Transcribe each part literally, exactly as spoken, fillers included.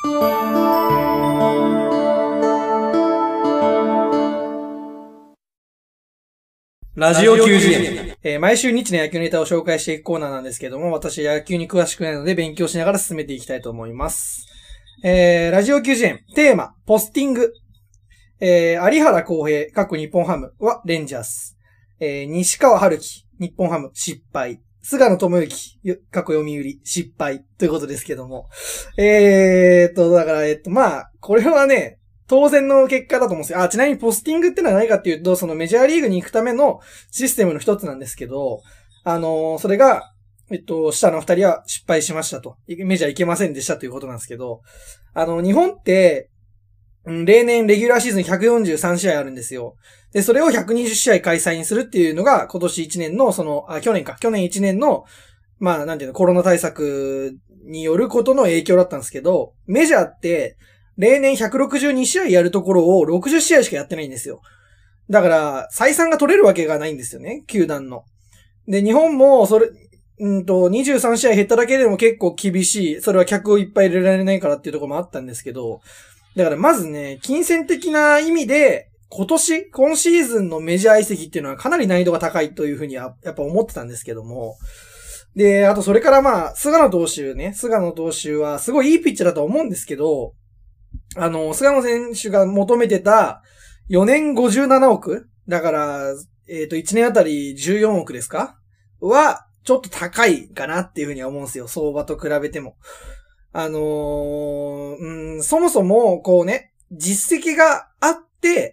ラジオきゅうじゅうえん、えー。毎週日の野球ネタを紹介していくコーナーなんですけども、私野球に詳しくないので勉強しながら進めていきたいと思います。えー、ラジオきゅうじゅうえん、テーマ、ポスティング。えー、有原航平、過去日本ハムはレンジャース。えー、西川春樹、日本ハム失敗。菅野智之、過去読売失敗。ということですけども。えーっと、だから、えっと、まあ、これはね、当然の結果だと思うんですよ。あ、ちなみにポスティングってのは何かっていうと、そのメジャーリーグに行くためのシステムの一つなんですけど、あのー、それが、えっと、下の二人は失敗しましたと。メジャー行けませんでしたということなんですけど、あの、日本って、うん、例年レギュラーシーズンひゃくよんじゅうさんしあいあるんですよ。で、それをひゃくにじゅっしあい開催にするっていうのが今年いちねんの、その、あ、去年か、去年いちねんの、まあ、なんていうの、コロナ対策によることの影響だったんですけど、メジャーって、例年ひゃくろくじゅうにしあいやるところをろくじゅっしあいしかやってないんですよ。だから、採算が取れるわけがないんですよね、球団の。で、日本も、それ、うんと、にじゅうさんしあい減っただけでも結構厳しい。それは客をいっぱい入れられないからっていうところもあったんですけど、だからまずね、金銭的な意味で、今年、今シーズンのメジャー移籍っていうのはかなり難易度が高いというふうにはやっぱ思ってたんですけども、で、あとそれからまあ、菅野投手ね、菅野投手はすごいいいピッチャーだと思うんですけど、あの、菅野選手が求めてたよねんごじゅうななおくだから、えっと、いちねんあたりじゅうよんおくですかは、ちょっと高いかなっていうふうには思うんですよ。相場と比べても。あのー、うん、そもそも、こうね、実績があって、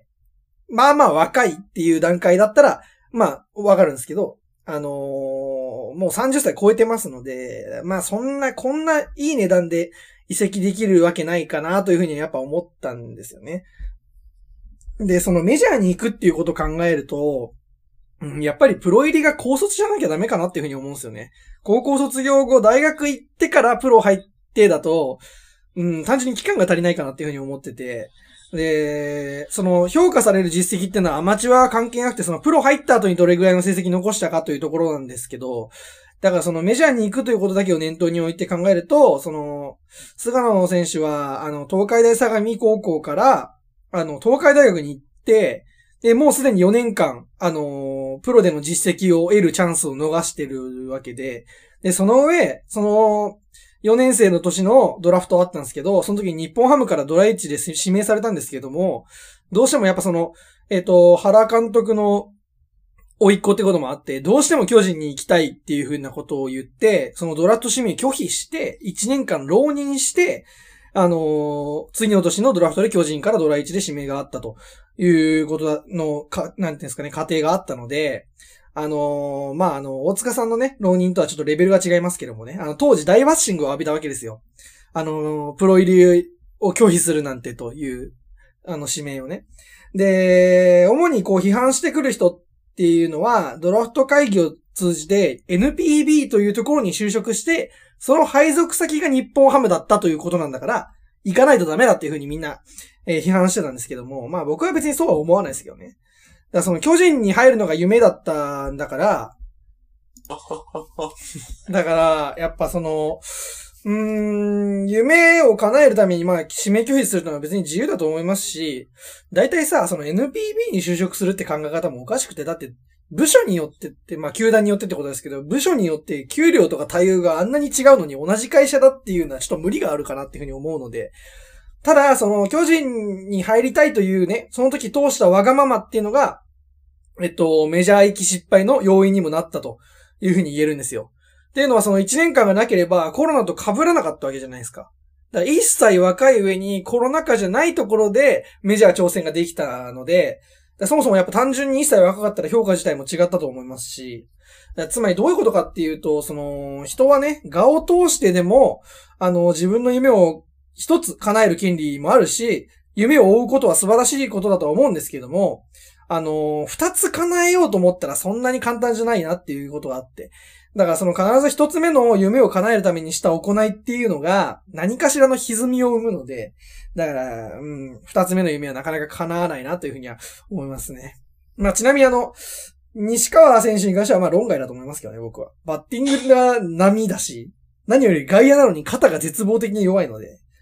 まあまあ若いっていう段階だったら、まあ、わかるんですけど、あのー、もうさんじゅっさい超えてますので、まあそんな、こんないい値段で移籍できるわけないかなというふうにやっぱ思ったんですよね。で、そのメジャーに行くっていうことを考えると、うん、やっぱりプロ入りが高卒じゃなきゃダメかなっていうふうに思うんですよね。高校卒業後、大学行ってからプロ入ってだと、うん、単純に期間が足りないかなっていうふうに思ってて、で、その評価される実績っていうのはアマチュアは関係なくて、そのプロ入った後にどれぐらいの成績残したかというところなんですけど、だからそのメジャーに行くということだけを念頭に置いて考えると、その、菅野選手は、あの、東海大相模高校から、あの、東海大学に行って、で、もうすでによねんかん、あのー、プロでの実績を得るチャンスを逃してるわけで、で、その上、その、よねん生の年のドラフトあったんですけど、その時に日本ハムからドラいちで指名されたんですけども、どうしてもやっぱその、えっと、原監督の甥っ子ってこともあって、どうしても巨人に行きたいっていう風なことを言って、そのドラフト指名拒否して、いちねんかん浪人して、あのー、次の年のドラフトで巨人からドラいちで指名があったということの、か、なんていうんですかね、過程があったので、あのー、まあ、あの、大塚さんのね、浪人とはちょっとレベルが違いますけどもね、あの、当時大バッシングを浴びたわけですよ。あのー、プロ入りを拒否するなんてという、あの、指名をね。で、主にこう批判してくる人っていうのは、ドラフト会議を通じて エヌピービー というところに就職して、その配属先が日本ハムだったということなんだから、行かないとダメだっていうふうにみんな、えー、批判してたんですけども、まあ僕は別にそうは思わないですけどね。だからその巨人に入るのが夢だったんだから、だから、やっぱその、うーん、夢を叶えるためにまあ指名拒否するのは別に自由だと思いますし、大体さ、その エヌピービー に就職するって考え方もおかしくて、だって部署によってって、まあ球団によってってことですけど、部署によって給料とか待遇があんなに違うのに同じ会社だっていうのはちょっと無理があるかなっていうふうに思うので、ただ、その巨人に入りたいというね、その時通したわがままっていうのが、えっと、メジャー行き失敗の要因にもなったというふうに言えるんですよ。っていうのはそのいちねんかんがなければコロナと被らなかったわけじゃないですか。だから一切若い上にコロナ禍じゃないところでメジャー挑戦ができたので、そもそもやっぱ単純に一切若かったら評価自体も違ったと思いますし、つまりどういうことかっていうと、その人はね、我を通してでも、あの自分の夢を一つ叶える権利もあるし、夢を追うことは素晴らしいことだとは思うんですけども、あの二つ叶えようと思ったらそんなに簡単じゃないなっていうことがあって、だからその必ず一つ目の夢を叶えるためにした行いっていうのが何かしらの歪みを生むので、だから、うん、二つ目の夢はなかなか叶わないなというふうには思いますね。まあちなみにあの、西川選手に関してはまあ論外だと思いますけどね、僕は。バッティングが波だし、何より外野なのに肩が絶望的に弱いので、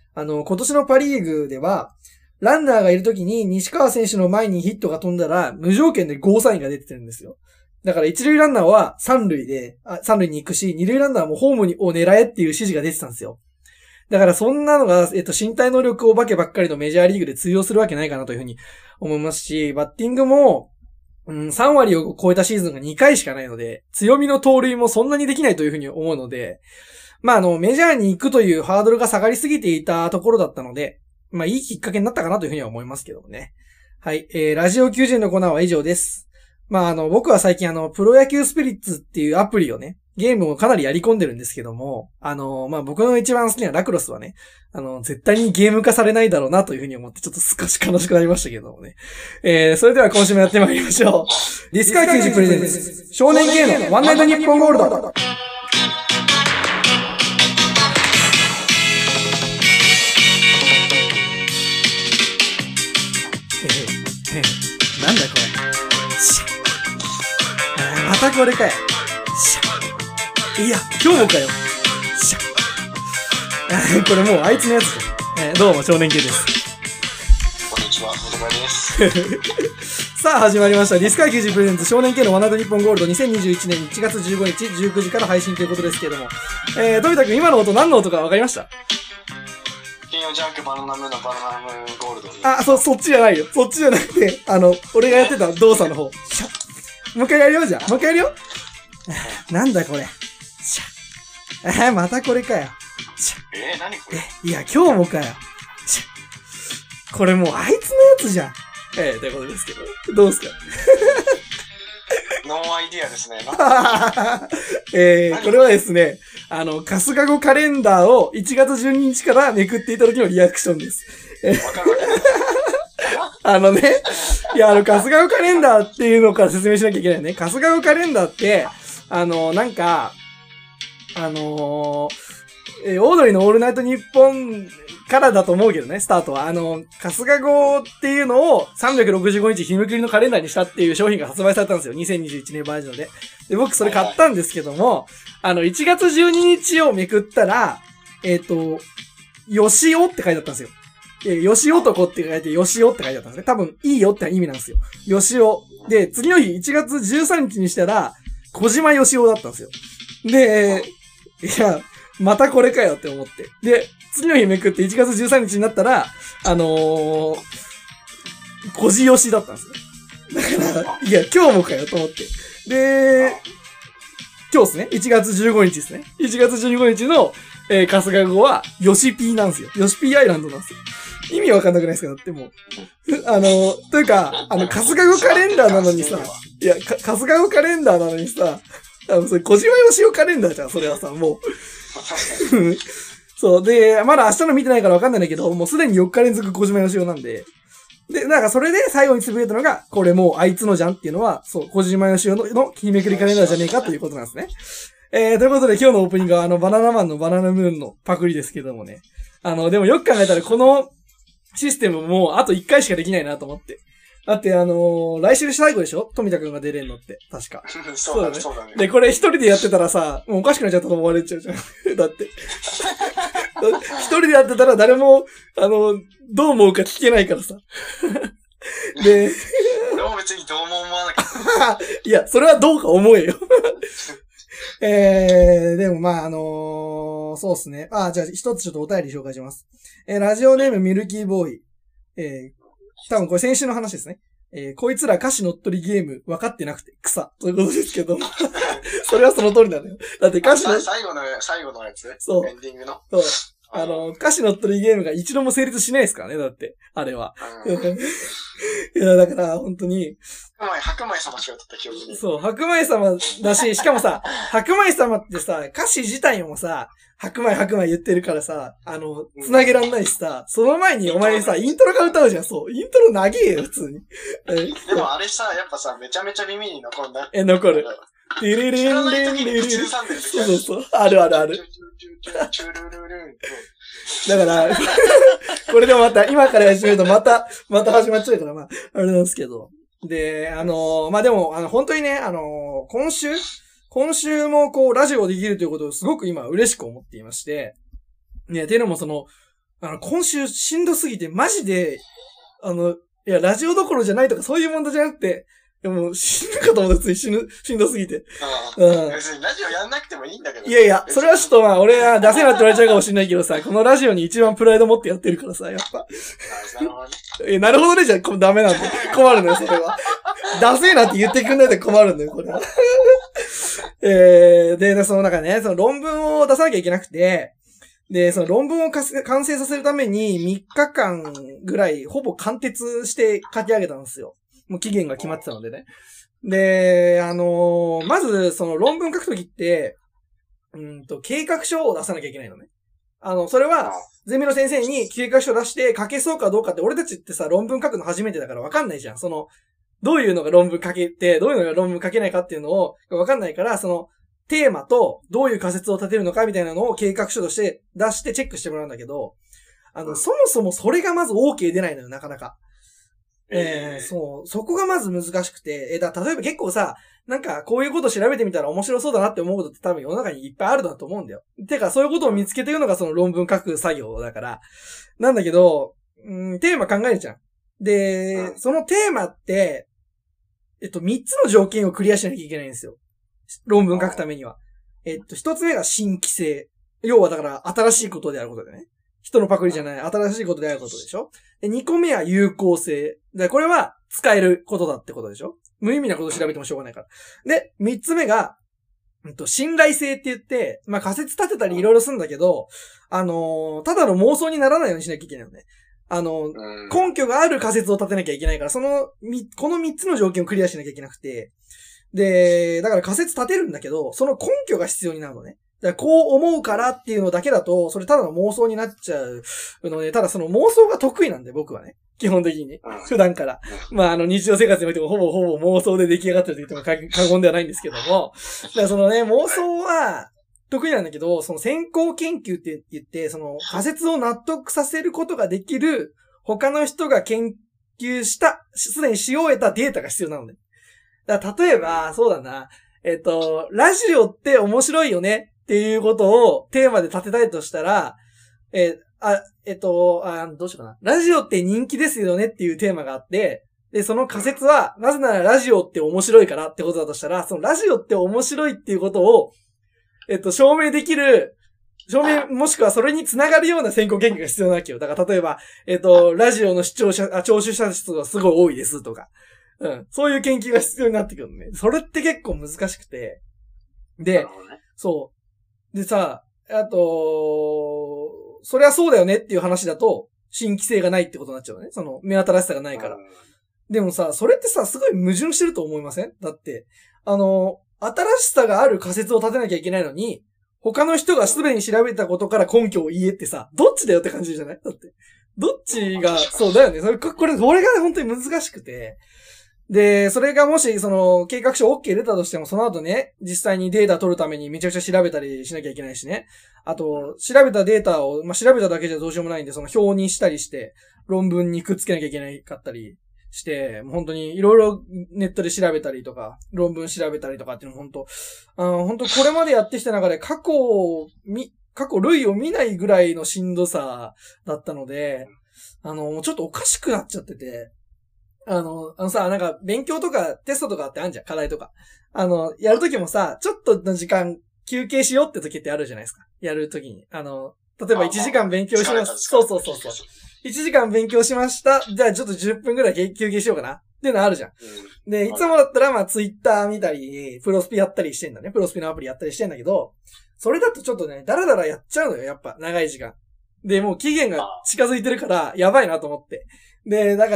あの、今年のパリーグでは、ランナーがいるときに西川選手の前にヒットが飛んだら、無条件でゴーサインが出てるんですよ。だから一塁ランナーは三塁で、あ三塁に行くし、二塁ランナーもホームにを狙えっていう指示が出てたんですよ。だからそんなのが、えっと、身体能力お化けばっかりのメジャーリーグで通用するわけないかなというふうに思いますし、バッティングも、うん、さん割を超えたシーズンがにかいしかないので、強みの盗塁もそんなにできないというふうに思うので、まあ、あの、メジャーに行くというハードルが下がりすぎていたところだったので、まあ、いいきっかけになったかなというふうには思いますけどもね。はい、えー、ラジオ求人のコーナーは以上です。まあ、あの、僕は最近あの、プロ野球スピリッツっていうアプリをね、ゲームをかなりやり込んでるんですけども、あの、まあ、僕の一番好きなラクロスはね、あの、絶対にゲーム化されないだろうなというふうに思って、ちょっと少し悲しくなりましたけどもね。えー、それでは今週もやってまいりましょう。ディスカー球児プレゼンツ、少年系のワンナイトニッポンゴールド。なんだこれ。しゃ。あ、またこれかよ。しゃ。いや、今日もかよ。しゃ。あ、これもうあいつのやつだ。えー、どうも少年系です。 こんにちは、小島です。 さあ始まりました。ディスカー球児プレゼンツ少年系のワンナイトニッポンゴールドにせんにじゅういちねんいちがつじゅうごにちじゅうくじから配信ということですけれども。えー、とびたくん今の音何の音かわかりました？ 金曜ジャンクバナナムーンのバナナムーンゴールド。 あ、そ、そっちじゃないよ。そっちじゃなくて、あの、俺がやってた動作の方。シャッ。もう一回やるよ、じゃあ。もう一回やるよ。なんだこれ。シャッ。えー、またこれかよ。シャッ。 えー、何これ。 え、いや、今日もかよ。シャッ。これもうあいつのやつじゃん。えー、ということですけど。どうすかノーアイディアですね。 えー、これはですね、あの、春日語カレンダーをいちがつじゅうににちからめくっていた時のリアクションです。えー、あのね、いや、あの、春日語カレンダーっていうのから説明しなきゃいけないね。春日語カレンダーって、あの、なんか、あのー、えー、オードリーのオールナイトニッポンからだと思うけどね、スタートは。あの、春日語っていうのをさんびゃくろくじゅうごにち日めくりのカレンダーにしたっていう商品が発売されたんですよ。にせんにじゅういちねんバージョンで。で、僕それ買ったんですけども、あの、いちがつじゅうににちをめくったら、えっと、よしおって書いてあったんですよ。えー、よし男って書いて、よしおって書いてあったんですね。多分、いいよって意味なんですよ。よしお。で、次の日いちがつじゅうさんにちにしたら、小島よしおだったんですよ。で、いや、またこれかよって思って。で、次の日めくっていちがつじゅうさんにちになったら、あのー、小じよしだったんですよ。だから、いや、今日もかよと思って。で、今日ですね。いちがつじゅうごにちですね。いちがつじゅうごにちの、えー、春日語は、よしピーなんですよ。よしピーアイランドなんですよ。意味わかんなくないですか？だってもう。あの、というか、あの、春日語カレンダーなのにさ、いや、か春日語カレンダーなのにさ、あの、それ、小島よしおカレンダーじゃん、それはさ、もう。そう。で、まだ明日の見てないからわかんないんだけど、もうすでによっか連続小島よしおなんで。で、なんかそれで最後につぶやいたのが、これもうあいつのじゃんっていうのは、そう、小島よしおの、の日めくりカレンダーじゃねえかということなんですね。えー、ということで今日のオープニングはあの、バナナマンのバナナムーンのパクリですけどもね。あの、でもよく考えたらこのシステムもうあといっかいしかできないなと思って。だってあのー、来週最後でしょ？富田くんが出れんのって。確か。 そうだね。そうだね。 で、これ一人でやってたらさ、もうおかしくなっちゃったと思われちゃうじゃん。だって。一人でやってたら誰も、あの、どう思うか聞けないからさ。で、 俺も別にどうも思わなきゃ。 いや、それはどうか思えよ。えー、でもまあ、あのー、そうっすね。あ、じゃあ一つちょっとお便り紹介します。えー、ラジオネームミルキーボーイ。えー、多分これ先週の話ですね。えー、こいつら歌詞乗っ取りゲーム分かってなくて草ということですけど。それはその通りなのよ。だって歌詞の。 最後の、最後のやつ？ そう。 エンディングの。 そう。あの、歌詞乗っ取りゲームが一度も成立しないですからね、だって。あれは。うん、いや、だから、本当に。 白米、白米様しか歌った記憶に。 そう、白米様だし、しかもさ、白米様ってさ、歌詞自体もさ、白米白米言ってるからさ、あの、繋げらんないしさ、その前にお前さ、イントロが歌うじゃん、そう。イントロ長えよ、普通に。 でもあれさ、やっぱさ、めちゃめちゃ耳に残るんだ。 え、残る。テレレンレンレンレン。そうそうそう。あるあるある。だから、これでもまた、今から始めるとまた、また始まっちゃうから、まあ、あれなんですけど。で、あのー、まあ、でも、あの、本当にね、あのー、今週今週もこう、ラジオできるということをすごく今嬉しく思っていまして、ね、ていうのもその、 あの、今週しんどすぎて、マジで、あの、いや、ラジオどころじゃないとかそういう問題じゃなくて、でも、死ぬかと思った、普通に死ぬ、しんどすぎて。 うん。別にラジオやんなくてもいいんだけど。 いやいや、それはちょっとまあ、俺は出せなって言われちゃうかもしれないけどさ、このラジオに一番プライド持ってやってるからさ、やっぱ。 なるほどね。 え、なるほどね、じゃあ、ダメなんで。困るのよ、それは。ダセーなって言ってくんないで困るんだよ、これは。えー、で、その中ね、その論文を出さなきゃいけなくて、で、その論文を完成させるためにみっかかんぐらいほぼ貫徹して書き上げたんですよ。もう期限が決まってたのでね。で、あのー、まずその論文書くときって、うんと、計画書を出さなきゃいけないのね。あの、それは、ゼミの先生に計画書出して書けそうかどうかって俺たちってさ、論文書くの初めてだからわかんないじゃん。その、どういうのが論文書けて、どういうのが論文書けないかっていうのをわかんないから、その、テーマとどういう仮説を立てるのかみたいなのを計画書として出してチェックしてもらうんだけど、あの、そもそもそれがまず OK 出ないのよ、なかなか。えー、そう、そこがまず難しくて、え、だ、例えば結構さ、なんかこういうこと調べてみたら面白そうだなって思うことって多分世の中にいっぱいあるだと思うんだよ。てか、そういうことを見つけていくのがその論文書く作業だから。なんだけど、うん、テーマ考えるじゃん。で、そのテーマって、えっと、みっつの条件をクリアしなきゃいけないんですよ。論文書くためには。えっと、一つ目が新規性。要はだから新しいことであることでね。人のパクリじゃない、新しいことであることでしょ。で、二個目は有効性。で、これは使えることだってことでしょ。無意味なことを調べてもしょうがないから。で、三つ目が、うんと、信頼性って言って、まあ、仮説立てたりいろいろするんだけど、あのー、ただの妄想にならないようにしなきゃいけないのね。あの、根拠がある仮説を立てなきゃいけないから、その、み、この三つの条件をクリアしなきゃいけなくて、で、だから仮説立てるんだけど、その根拠が必要になるのね。だからこう思うからっていうのだけだと、それただの妄想になっちゃうので、ただその妄想が得意なんで、僕はね。基本的にね。普段から。まあ、あの、日常生活においてもほぼほぼ妄想で出来上がってると言っても過言ではないんですけども。だからそのね、妄想は得意なんだけど、その先行研究って言って、その仮説を納得させることができる他の人が研究した、すでにし終えたデータが必要なのね。だから例えば、そうだな。えっと、ラジオって面白いよねっていうことをテーマで立てたいとしたら、え、あ、えっと、あ、どうしようかな。ラジオって人気ですよねっていうテーマがあって、で、その仮説は、なぜならラジオって面白いからってことだとしたら、そのラジオって面白いっていうことを、えっと、証明できる、証明、もしくはそれにつながるような先行研究が必要なわけよ。だから例えば、えっと、ラジオの視聴者、あ、聴取者数がすごい多いですとか。うん。そういう研究が必要になってくるのね。それって結構難しくて。で、ね、そう。でさ、あと、そりゃそうだよねっていう話だと、新規性がないってことになっちゃうのね。その、目新しさがないから。でもさ、それってさ、すごい矛盾してると思いません？だって、あの、新しさがある仮説を立てなきゃいけないのに、他の人がすでに調べたことから根拠を言えってさ、どっちだよって感じじゃない？だって。どっちが、そうだよね。それ、これ、これが本当に難しくて。で、それがもし、その、計画書 OK 出たとしても、その後ね、実際にデータ取るためにめちゃくちゃ調べたりしなきゃいけないしね。あと、調べたデータを、まあ、調べただけじゃどうしようもないんで、その表にしたりして、論文にくっつけなきゃいけないかったりして、もう本当にいろいろネットで調べたりとか、論文調べたりとかっていうのも本当、あの、本当これまでやってきた中で過去を見、過去類を見ないぐらいのしんどさだったので、あの、もうちょっとおかしくなっちゃってて、あの、あのさ、なんか、勉強とかテストとかってあるじゃん、課題とか。あの、やるときもさ、ちょっとの時間休憩しようって時ってあるじゃないですか。やるときに。あの、例えばいちじかん勉強しました。そうそうそうそう。いちじかん勉強しました。じゃあちょっとじゅっぷんぐらい休憩しようかな。っていうのあるじゃん。で、いつもだったらまあツイッター見たり、プロスピやったりしてんだね。プロスピのアプリやったりしてんだけど、それだとちょっとね、だらだらやっちゃうのよ、やっぱ。長い時間。で、もう期限が近づいてるから、やばいなと思って。で、だから、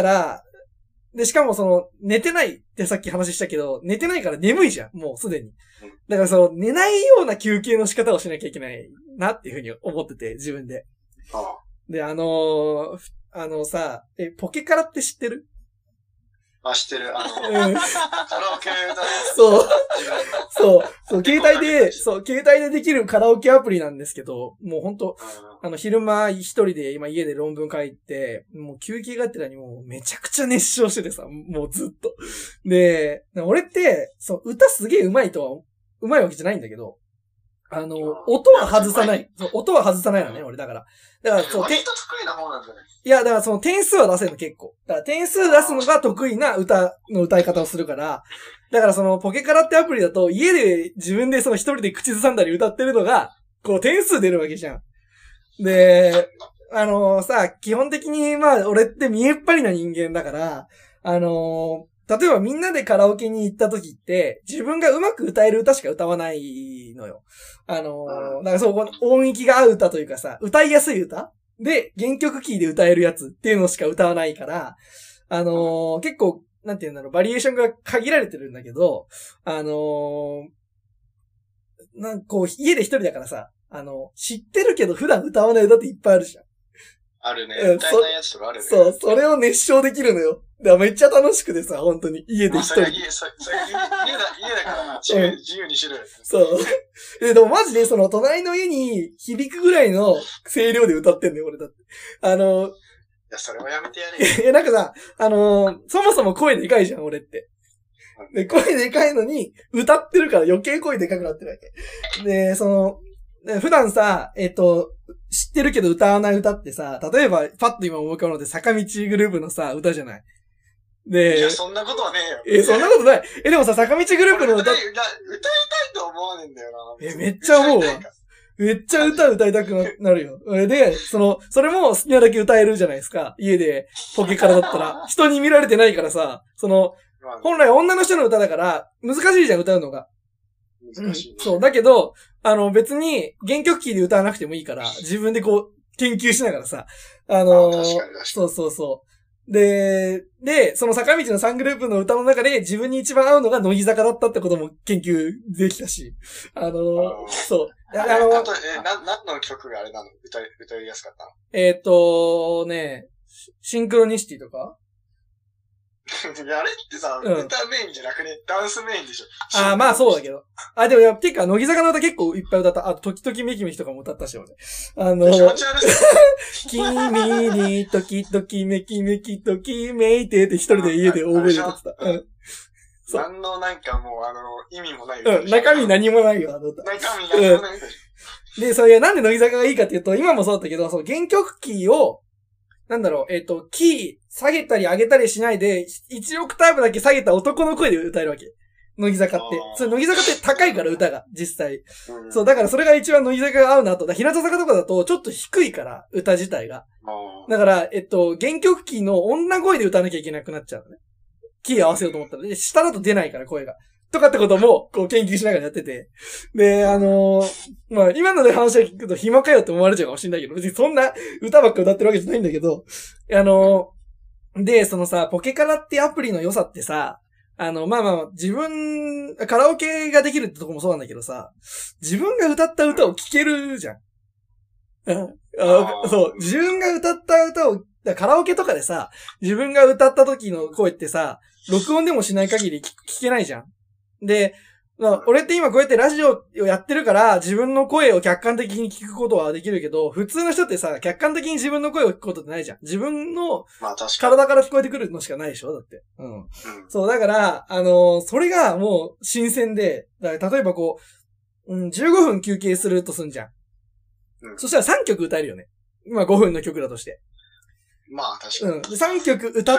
で、しかもその、寝てないってさっき話したけど、寝てないから眠いじゃん、もうすでに。だからその、寝ないような休憩の仕方をしなきゃいけないなっていうふうに思ってて、自分で。で、あのー、あのさ、え、ポケカラって知ってる？ あ、知ってる。あの、うん、カラオケだね。 そう。そう。そう、携帯で、そう、携帯でできるカラオケアプリなんですけど、もうほんと、あの、昼間一人で今家で論文書いて、もう休憩があってらにもうめちゃくちゃ熱唱しててさ、もうずっと。で、俺って、そう、歌すげえ上手いとは、上手いわけじゃないんだけど、 あの、音は外さない。そう、音は外さないのね、俺だから。だから、そう、 割と得意な方なんじゃない？ いや、だからその点数は出せるの結構。だから点数出すのが得意な歌の歌い方をするから、だからそのポケカラってアプリだと家で自分でその一人で口ずさんだり歌ってるのが、こう点数出るわけじゃん。で、あのー、さ、基本的にまあ俺って見えっ張りな人間だから、あのー、例えばみんなでカラオケに行った時って、自分がうまく歌える歌しか歌わないのよ。あのー、だからそう、音域が合う歌というかさ、歌いやすい歌で、原曲キーで歌えるやつっていうのしか歌わないから、あのー、結構、なんていうんだろう、バリエーションが限られてるんだけど、あのー、なんかこう、家で一人だからさ、あの、知ってるけど普段歌わない歌っていっぱいあるじゃん。 あるね。歌えないやつとかあるね。 そう、それを熱唱できるのよ。だからめっちゃ楽しくてさ、本当に。家で一人。 まあ、それ家、それ家だ、家だからな。自由、自由にしろよ。 そう。え、でもマジでその隣の家に響くぐらいの声量で歌ってんのよ、俺だって。あの、 いや、それはやめてやれよ。え、なんかさ、あのー、そもそも声でかいじゃん、俺って。で、声でかいのに、歌ってるから余計声でかくなってるわけ。で、その、普段さ、えっと、知ってるけど歌わない歌ってさ、例えば、パッと今思い浮かぶので、坂道グループのさ、歌じゃない。で、 いや、そんなことはねえよ。え、そんなことない。え、でもさ、坂道グループの歌、 歌い、歌いたいと思わねえんだよな。 え、めっちゃ思うわ。めっちゃ歌歌いたくなるよ。で、その、それも好きなだけ歌えるじゃないですか。家で、ポケカラだったら。人に見られてないからさ、その、本来女の人の歌だから、難しいじゃん、歌うのが。 難しい、ねうん。そう。だけど、あの、別に、原曲キーで歌わなくてもいいから、自分でこう、研究しながらさ、あのー、そうそうそう。で、で、その坂道のさんグループの歌の中で自分に一番合うのが乃木坂だったってことも研究できたし、あのー、そう。 あのー、あと、え、な、何の曲があれなの？歌い、歌いやすかったの？ えっと、ね、シンクロニシティとかあれってさ、うん、歌メインじゃなくね、ダンスメインでしょ。 ああ、まあそうだけど。あ、でもや、ていうか、乃木坂の歌結構いっぱい歌った。あと、時々めきめきとかも歌ったし、俺。あの、 気持ち悪い。 君に、時々めきめきときめいてって一人で家で大声で歌ってた。うん。 何のなんかもう、あの、意味もない。 うん、中身何もないよ、あの歌。 中身何もない。 うん、で、それなんで乃木坂がいいかっていうと、今もそうだったけど、その原曲キーを、なんだろう、えっと、キー、下げたり上げたりしないで、いちオクターブだけ下げた男の声で歌えるわけ。乃木坂って。それ乃木坂って高いから歌が、実際。うん、そう、だからそれが一番乃木坂が合うなと。だ日向坂とかだとちょっと低いから、歌自体が。だから、えっと、原曲キーの女声で歌わなきゃいけなくなっちゃうのね。キー合わせようと思ったら。で、下だと出ないから声が。とかってことも、こう研究しながらやってて。で、あのー、まあ、今ので話を聞くと暇かよって思われちゃうかもしれないけど、別にそんな歌ばっか歌ってるわけじゃないんだけど、あのー、で、そのさ、ポケカラってアプリの良さってさ、あの、まあまあ、自分、カラオケができるってとこもそうなんだけどさ、自分が歌った歌を聴けるじゃん。あそう、自分が歌った歌を、カラオケとかでさ、自分が歌った時の声ってさ、録音でもしない限り聞けないじゃん。で、まあ、俺って今こうやってラジオをやってるから、自分の声を客観的に聞くことはできるけど、普通の人ってさ、客観的に自分の声を聞くことってないじゃん。自分の体から聞こえてくるのしかないでしょだって。うん。うん、そう、だから、あのー、それがもう新鮮で、だから例えばこう、うん、じゅうごふん休憩するとすんじゃん。うん。そしたらさんきょく歌えるよね。今ごふんの曲だとして。 まあ確かに。 うん。でさんきょく歌って、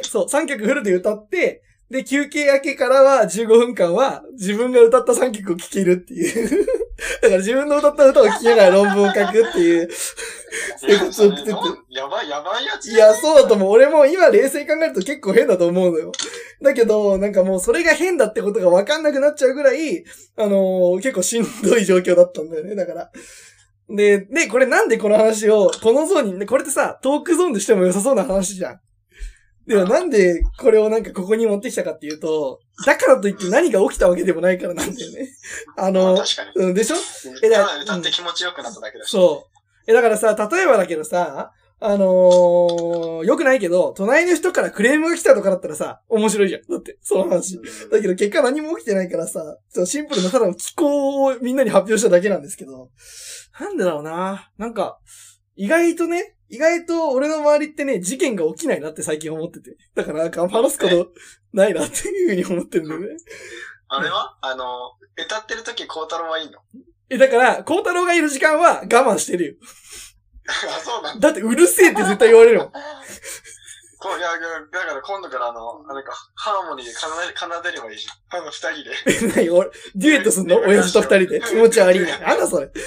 そう、さんきょくフルで歌って、で、休憩明けからはじゅうごふんかんは自分が歌ったさんきょくを聴けるっていう。だから自分の歌った歌を聴きながら論文を書くっていう。 やばい、やばいやつ。 いや、そうだと思う。俺も今冷静に考えると結構変だと思うのよ。だけど、なんかもうそれが変だってことが分かんなくなっちゃうぐらい、あのー、結構しんどい状況だったんだよね。だから。で、で、これなんでこの話を、このゾーンに、これってさ、トークゾーンでしても良さそうな話じゃん。でもなんでこれをなんかここに持ってきたかっていうと、だからといって何が起きたわけでもないからなんだよね。あの、 確かに。 うん、でしょえ、だから歌って気持ちよくなっただけだし。 そう。え、だからさ、例えばだけどさ、あのー、よくないけど、隣の人からクレームが来たとかだったらさ、面白いじゃん。だって、その話。だけど結果何も起きてないからさ、シンプルなただの気候をみんなに発表しただけなんですけど、なんでだろうな。なんか、意外とね、意外と俺の周りってね、事件が起きないなって最近思ってて。だからなんか話すことないなっていう風に思ってるんだよね。 あれはあの、歌ってる時孝太郎はいいの？ え、だから、孝太郎がいる時間は我慢してるよ。 あ、そうなんだ。 だってうるせえって絶対言われるもん。 こいや、だから今度からあの、あれか、ハーモニーで奏で奏でればいいじゃん。あの二人で。 何俺、デュエットすんの親父と二人で。気持ち悪いね。なんだそれ。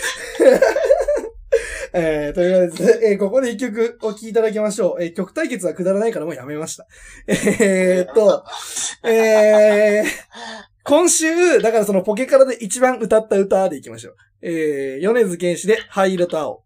えー、というわけで、えー、ここで一曲お聴きいただきましょう。えー、曲対決はくだらないからもうやめました。えーっと、えー、今週、だからそのポケカラで一番歌った歌でいきましょう。えー、米津玄師で灰色と青。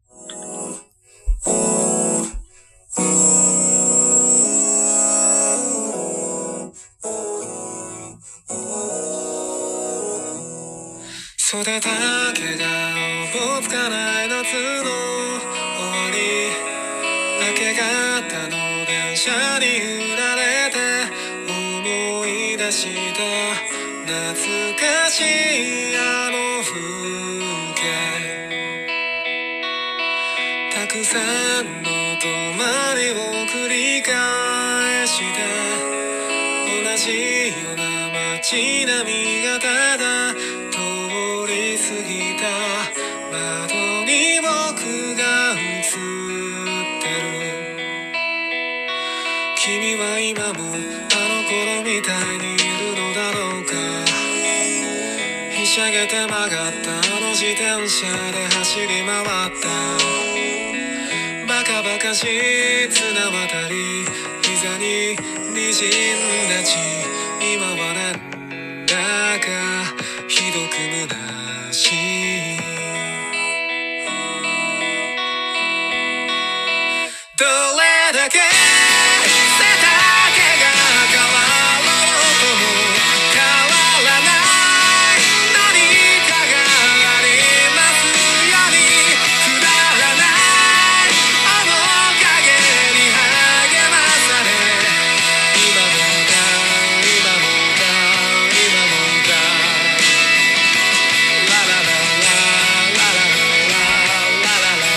育てたけがおぼつかない夏の終わり、明け方の電車に揺られて思い出した懐かしいあの風景、たくさんの泊まりを繰り返して同じような街並みがただ通り過ぎた窓に僕が映ってる。君は今もあの頃みたいにいるのだろうか。ひしゃげて曲がったあの自転車で走り回った、バカバカしい綱渡り膝に滲んだ血、今はなんだかひどく虚しい。どれだけ背丈が変わろうとも変わらない何かがありますように、くだらないあの影に励まされ、今も歌う今も歌う今も歌う、ラララララララララララ。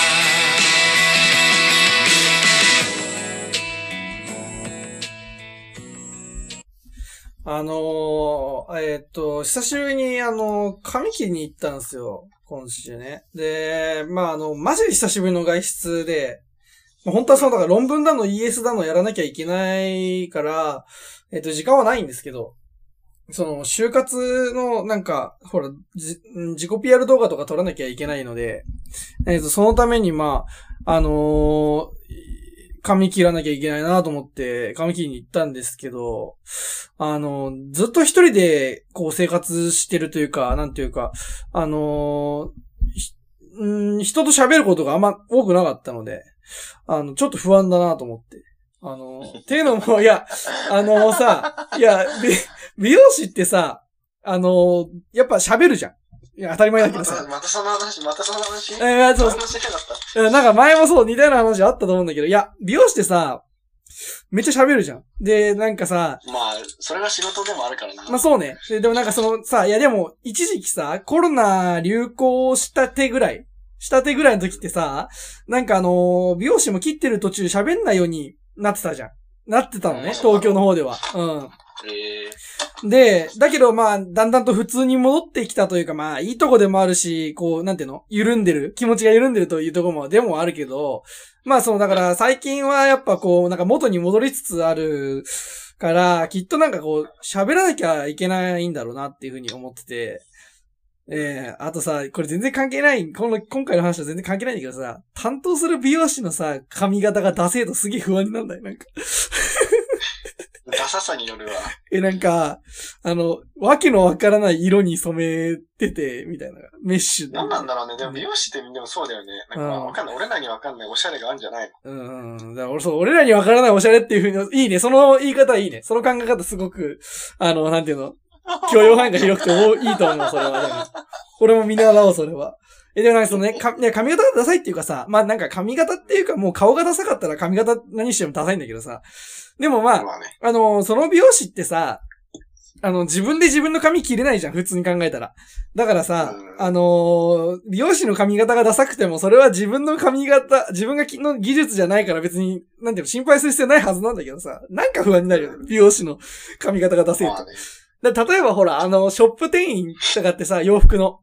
あのー、えーっと、久しぶりにあの、髪切りに行ったんですよ。今週ね。で、まああの、マジで久しぶりの外出で、まあ本当はその、だから論文だの イーエス だのやらなきゃいけないから、えーっと、時間はないんですけど、その、就活の、なんか、ほら、じ、自己 ピーアール 動画とか撮らなきゃいけないので、えっと、そのために、まあ、あのー、髪切らなきゃいけないなと思って、髪切りに行ったんですけど、あの、ずっと一人で、こう、生活してるというか、なんていうか、あのー、ん人と喋ることがあんま多くなかったので、あの、ちょっと不安だなと思って。あの、っていうのも、いや、あのさ、いや、美容師ってさ、あの、やっぱ喋るじゃん。いや、当たり前だけどさ。 また、またその話、またその話えー、そう。 話してなかった。 なんか前もそう似たような話あったと思うんだけど、いや、美容師ってさ、めっちゃ喋るじゃん。で、なんかさ、 まあ、それが仕事でもあるからな。 まあそうね。で、でもなんかそのさ、いやでも、一時期さ、コロナ流行したてぐらい、したてぐらいの時ってさ、なんかあのー、美容師も切ってる途中喋んないようになってたじゃん。なってたのね、東京の方では。うん。 えー、で、だけどまあ、だんだんと普通に戻ってきたというか、まあ、いいとこでもあるし、こう、なんていうの緩んでる気持ちが緩んでるというところも、でもあるけど、まあその、だから最近はやっぱこう、なんか元に戻りつつあるから、きっとなんかこう、喋らなきゃいけないんだろうなっていうふうに思ってて、ええー、あとさ、これ全然関係ない、この、今回の話は全然関係ないんだけどさ、担当する美容師のさ、髪型がダセーとすげえ不安になんだよ、なんか。 ダサさによるわ。 え、なんか、あの、わけのわからない色に染めてて、みたいな。メッシュで。 なんなんだろうね。でも美容師ってでもそうだよね。なんかわかんない。俺らにわかんないおしゃれがあるんじゃないの？ うんうん。だから俺そう、俺らにわからないおしゃれっていうふうに、いいね。その言い方いいね。その考え方すごく、あの、なんていうの、許容範囲が広くておいいと思う、それは。でも俺も見習おう、それは。え、でもなんかそのね、か、ね、髪型がダサいっていうかさ、まあなんか髪型っていうかもう顔がダサかったら髪型何してもダサいんだけどさ。でもまあ、 まあね、 あの、その美容師ってさ、あの、自分で自分の髪切れないじゃん、普通に考えたら。だからさ、あの、美容師の髪型がダサくても、それは自分の髪型、自分がきの技術じゃないから別に、なんていうの、心配する必要ないはずなんだけどさ、なんか不安になるよね、美容師の髪型がダセいと。 まあね、 だ例えばほら、あの、ショップ店員とかってさ、洋服の、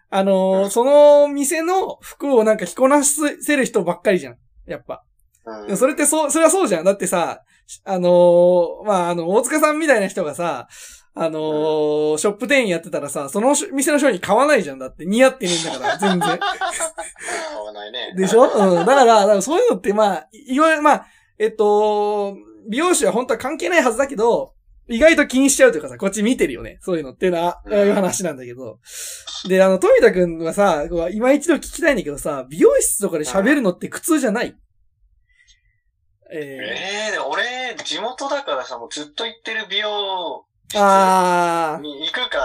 あのー、その店の服をなんか着こなせる人ばっかりじゃん。やっぱ。 うん、 それってそう、それはそうじゃん。だってさ、あのー、まあ、あの、大塚さんみたいな人がさ、あのーうん、ショップ店員やってたらさ、その店の商品買わないじゃん。だって似合ってねえんだから、全然。買わないね。 でしょ？うん。だから、だからそういうのってまあ、いわゆるまあ、えっと、美容師は本当は関係ないはずだけど、意外と気にしちゃうというかさ、こっち見てるよね。そういうのっていうのは、うん、いう話なんだけど。で、あの、富田くんはさ、今一度聞きたいんだけどさ、美容室とかで喋るのって苦痛じゃない？ えー、えー、で俺、地元だからさ、もうずっと行ってる美容室に行くから、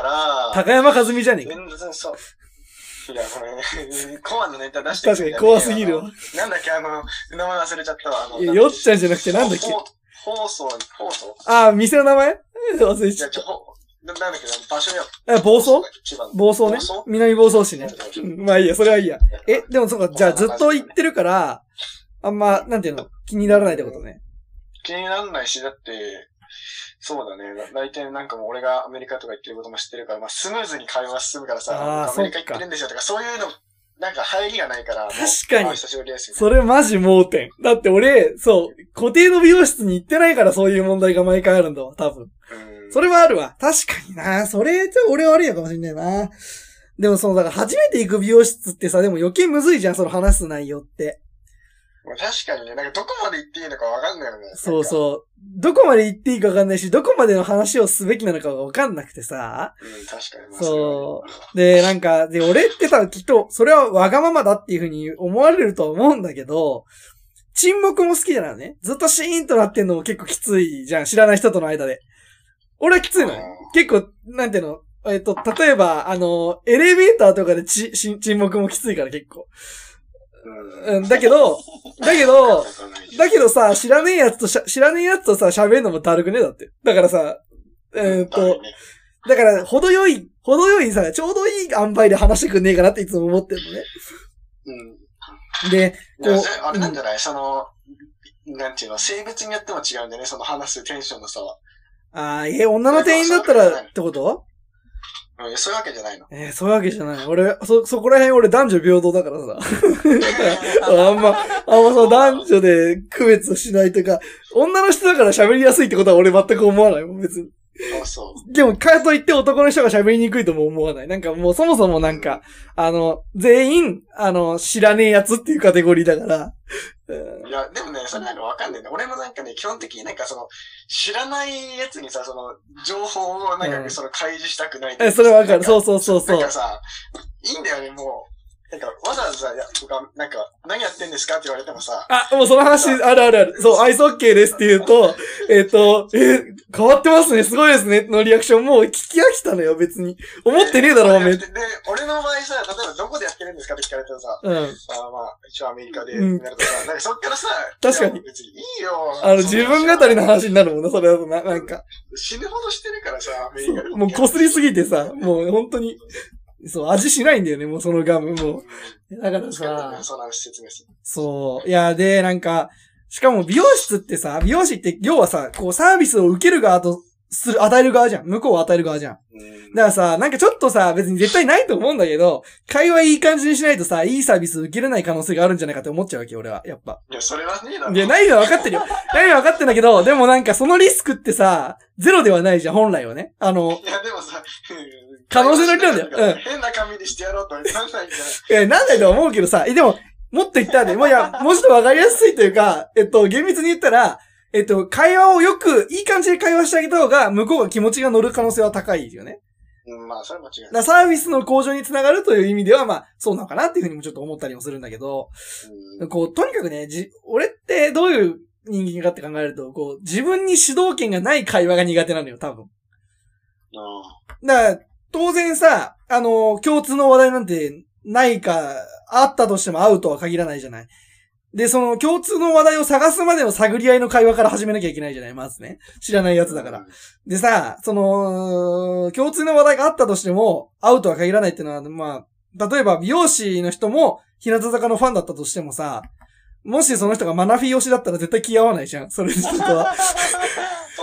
高山和美じゃねえか。 全然そう。いや、これ、コアのネタ出して確かに怖すぎるわ。 なんだっけ、あの、名前忘れちゃったわ。あの、 いや、よっちゃんじゃなくてなんだっけ。 放送、放送ああ、店の名前忘れちゃった。 なんだっけ、場所よ。 え、房総房総ね。南房総市ね。まあいいや、それはいいや。え、でもそうか、じゃあずっと行ってるから、あんま、なんていうの、気にならないってことね。 気にならないし、だって、そうだね。大体なんかもう俺がアメリカとか行ってることも知ってるから、まあスムーズに会話進むからさ、アメリカ行ってるんですよとか、そういうの、なんか入りがないから。 確かに。 久しぶりですよね。 それマジ盲点。だって俺、そう、固定の美容室に行ってないからそういう問題が毎回あるんだわ、多分。それはあるわ。確かにな。それ、俺悪いのかもしんないな。でもその、だから初めて行く美容室ってさ、でも余計むずいじゃん、その話す内容って。 確かにね、なんかどこまで行っていいのかわかんないよね。 そうそう。どこまで行っていいかわかんないし、どこまでの話をすべきなのかわかんなくてさ。 うん、確かに。 そう。で、なんか、で、俺ってさ、きっと、それはわがままだっていうふうに思われるとは思うんだけど、沈黙も好きじゃないのね。ずっとシーンとなってんのも結構きついじゃん。知らない人との間で。俺はきついのよ。結構、なんていうの、えっと、例えば、あの、エレベーターとかでち、し沈黙もきついから結構。うん、だけど、だけど、だけどさ、知らねえやつとしゃ、知らねえやつとさ、喋るのもだるくねだって。だからさ、えー、っと、だから、程よい、程よいさ、ちょうどいい塩梅で話してくんねえかなっていつも思ってるのね。うん。で、 こう。あれなんじゃない、うん、その、なんていうの、性別によっても違うんだよね、その話すテンションの差は。 ああ、え、女の店員だったらってこと？ うん、そういうわけじゃないの。 えー、そういうわけじゃない。俺、そ、そこら辺俺男女平等だからさ。あんま、あんまその男女で区別しないというか、女の人だから喋りやすいってことは俺全く思わないもん、別に。 あ、そう。 でも、かといって男の人が喋りにくいとも思わない。なんかもうそもそもなんか、あの、全員、あの、知らねえやつっていうカテゴリーだから。 いや、でもね、それなんかわかんないね。俺もなんかね、基本的になんかその、知らないやつにさ、その、情報をなんかその開示したくない、 うん。え、それわかる。そうそうそうそう。 なんかさ、いいんだよね、もう。なんか、わざわざ、とか、なんか、何やってんですかって言われてもさ。 あ、もうその話、あるあるある。そう、アイスホッケーですって言うと、えっと、え、変わってますね、すごいですね、のリアクションもう聞き飽きたのよ、別に。思ってねえだろ、おめえ。 で、俺の場合さ、例えばどこでやってるんですかって聞かれてもさ、うん。あまあ、一応アメリカで、なるとさ、うん、なんかそっからさ、 確かに。 別にいいよ。 あの、自分語りの話になるもんな、それだとな、なんか。 死ぬほどしてるからさ、アメリカで。 もう擦りすぎてさ、もう本当に。そう、味しないんだよね、もうそのガムも。だからさ、そう。いや、で、なんか、しかも美容室ってさ、美容師って要はさ、こうサービスを受ける側とする、与える側じゃん。向こうを与える側じゃん。だからさ、なんかちょっとさ、別に絶対ないと思うんだけど、会話いい感じにしないとさ、いいサービス受けれない可能性があるんじゃないかって思っちゃうわけ、俺は。やっぱ。 いや、それはねえだろ。 いや、ないのは分かってるよ。ないのは分かってんだけど、でもなんかそのリスクってさ、ゼロではないじゃん、本来はね。あの、 いや、でもさ、 可能性の量だよ。うん。 変な紙にしてやろうとはなんないんじゃない。 いや、なんないと思うけどさ、え、でも、もっと言ったらね、もういや、もうちょっと分かりやすいというか、えっと、厳密に言ったら、えっと、会話をよく、いい感じで会話してあげた方が、向こうが気持ちが乗る可能性は高いよね。 うん、まあ、それは間違いない。 だサービスの向上につながるという意味では、まあ、そうなのかなっていうふうにもちょっと思ったりもするんだけど、うん、こう、とにかくね、じ、俺ってどういう人間かって考えると、こう、自分に主導権がない会話が苦手なのよ、多分。 あだから、当然さ、あの、共通の話題なんてないか、あったとしても会うとは限らないじゃない。で、その共通の話題を探すまでの探り合いの会話から始めなきゃいけないじゃない、まずね。知らないやつだから。でさ、その、共通の話題があったとしても、会うとは限らないっていうのは、まあ、例えば美容師の人も、日向坂のファンだったとしてもさ、もしその人がマナフィ推しだったら絶対気合わないじゃん、それの人とは。 そん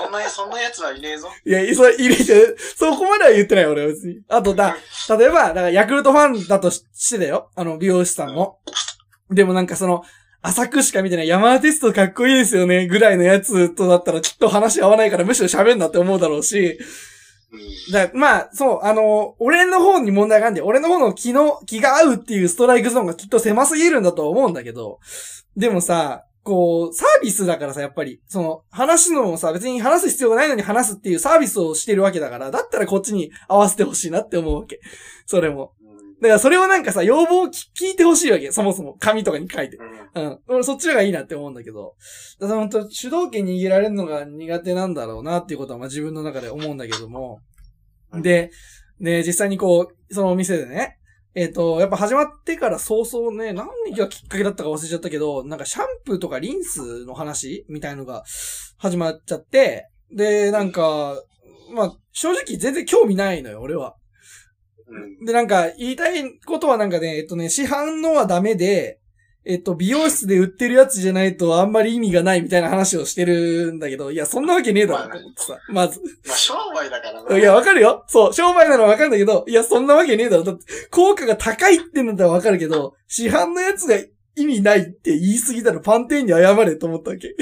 んな、そんな奴はいねえぞ。 いや、それ、入れて、そこまでは言ってない俺は別に。あとだ、例えば、だからヤクルトファンだとしてだよ。あの、美容師さんも。でもなんかその、浅くしか見てない山田テストかっこいいですよね、ぐらいのやつとだったらきっと話合わないからむしろ喋んなって思うだろうし、だまあ、そう、あの、俺の方に問題があるんで、俺の方の気の、気が合うっていうストライクゾーンがきっと狭すぎるんだと思うんだけど、でもさ、こう、サービスだからさ、やっぱり、その、話すのもさ、別に話す必要がないのに話すっていうサービスをしてるわけだから、だったらこっちに合わせてほしいなって思うわけ。それも。だからそれをなんかさ、要望を聞いてほしいわけ。そもそも、紙とかに書いて。うん。俺そっちの方がいいなって思うんだけど。だから本当主導権握られるのが苦手なんだろうなっていうことは、まあ自分の中で思うんだけども。で、ね、実際にこう、そのお店でね、えっと、やっぱ始まってから早々ね、何がきっかけだったか忘れちゃったけど、なんかシャンプーとかリンスの話みたいのが始まっちゃって、で、なんか、まあ、正直全然興味ないのよ、俺は。で、なんか、言いたいことはなんかね、えっとね、市販のはダメで、えっと、美容室で売ってるやつじゃないとあんまり意味がないみたいな話をしてるんだけど、いや、そんなわけねえだろ、と思ってさ、まず。 まあ、商売だからな。 いや、わかるよ。そう、商売なのはわかるんだけど、いや、そんなわけねえだろ。だって、効果が高いってんだったらわかるけど、市販のやつが意味ないって言い過ぎたらパンテーンに謝れと思ったわけ。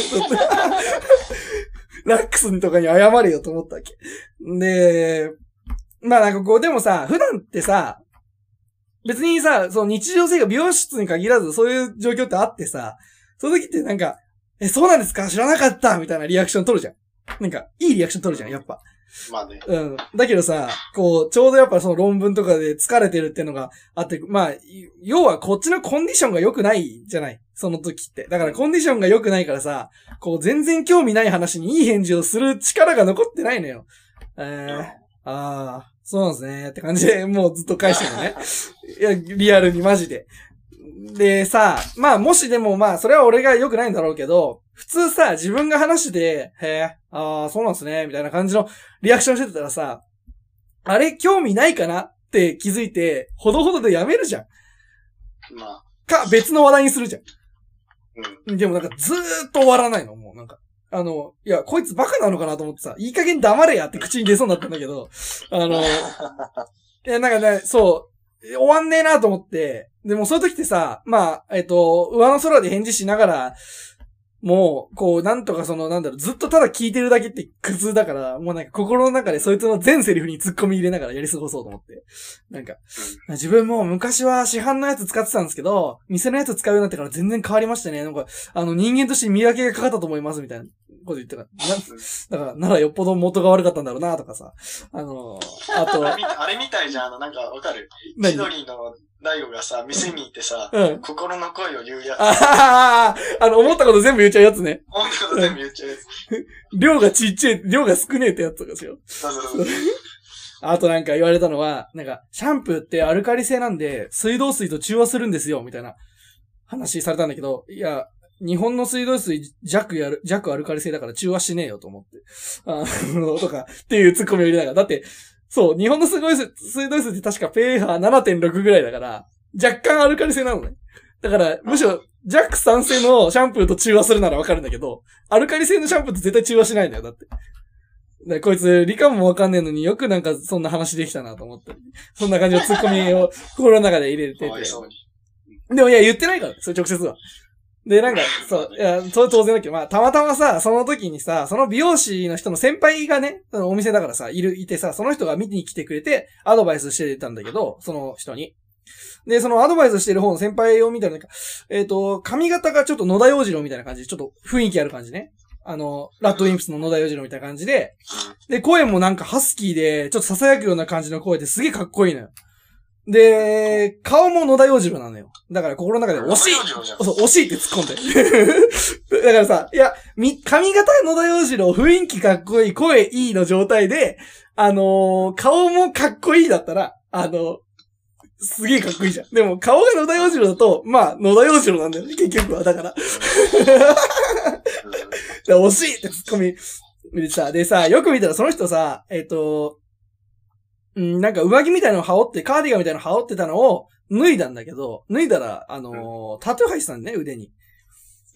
ラックスとかに謝れよと思ったわけ。で、まあなんかこう、でもさ、普段ってさ、別にさ、その日常生活、美容室に限らずそういう状況ってあってさ、その時ってなんか、え、そうなんですか知らなかったみたいなリアクション取るじゃん。なんか、いいリアクション取るじゃん、やっぱ。 まあね。 うん。だけどさ、こう、ちょうどやっぱその論文とかで疲れてるっていうのがあって、まあ、要はこっちのコンディションが良くないじゃないその時って。だからコンディションが良くないからさ、こう、全然興味ない話にいい返事をする力が残ってないのよ。えー、ああ、そうなんですね。って感じで、もうずっと返してるのね。いや、リアルにマジで。でさ、まあもしでもまあそれは俺が良くないんだろうけど、普通さ、自分が話してて、へえ、ああ、そうなんすね、みたいな感じのリアクションしてたらさ、あれ興味ないかなって気づいて、ほどほどでやめるじゃん。 まあ。 か、別の話題にするじゃん。 うん。 でもなんかずーっと終わらないの、もうなんか。あの、いや、こいつバカなのかなと思ってさ、いい加減黙れやって口に出そうになったんだけど、あの、いや、なんかね、そう、終わんねえなと思って、でもそういう時ってさ、まあ、えっと、上の空で返事しながら、もう、こう、なんとかその、なんだろう、ずっとただ聞いてるだけって苦痛だから、もうなんか心の中でそいつの全セリフに突っ込み入れながらやり過ごそうと思って。なんか、自分も昔は市販のやつ使ってたんですけど、店のやつ使うようになってから全然変わりましたね。なんか、あの人間として見分けがかかったと思います、みたいなこと言ってたから。だから、ならよっぽど元が悪かったんだろうな、とかさ。あの、あと、 あれみたいじゃん、あの、なんかわかる千鳥の大悟がさ、店に行ってさ、うん、心の声を言うやつ。 ああ、あの、思ったこと全部言っちゃうやつね。 思ったこと全部言っちゃうやつ。 量がちっちゃい、量が少ねえってやつとかですよ。 そうそうそう。 あとなんか言われたのは、なんか、シャンプーってアルカリ性なんで、水道水と中和するんですよ、みたいな話されたんだけど、いや、日本の水道水弱やる、弱アルカリ性だから中和しねえよと思って。あの、とか、っていうツッコミを入れながら。だって、そう、日本の水道水、水道水って確か pH ななてんろく ぐらいだから、若干アルカリ性なのね。だから、むしろ弱酸性のシャンプーと中和するならわかるんだけど、アルカリ性のシャンプーと絶対中和しないんだよ、だって。だこいつ、理科もわかんねえのによくなんかそんな話できたなと思って。そんな感じのツッコミを心の中で入れてて。でもいや、言ってないから、それ直接は。で、なんか、そう、いや、それ当然だけど、まあ、たまたまさ、その時にさ、その美容師の人の先輩がね、そのお店だからさ、いる、いてさ、その人が見に来てくれて、アドバイスしてたんだけど、その人に。で、そのアドバイスしてる方の先輩を見たら、なんか、えっと、髪型がちょっと野田洋次郎みたいな感じで、ちょっと雰囲気ある感じね。あの、ラッドウィンプスの野田洋次郎みたいな感じで、で、声もなんかハスキーで、ちょっと囁くような感じの声ですげえかっこいいのよ。で、顔も野田洋次郎なのよ。だから心の中で惜しいそう、惜しいって突っ込んで。だからさ、いや、み、髪型野田洋次郎、雰囲気かっこいい、声いいの状態で、あのー、顔もかっこいいだったら、あの、すげえかっこいいじゃん。でも顔が野田洋次郎だと、まあ、野田洋次郎なんだよね、結局は。だから。惜しいって突っ込み。でさ、でさ、よく見たらその人さ、えっと、うん、なんか上着みたいなの羽織って、カーディガンみたいなの羽織ってたのを脱いだんだけど、脱いだら、あのー、タトゥー入ってたんだね、腕に。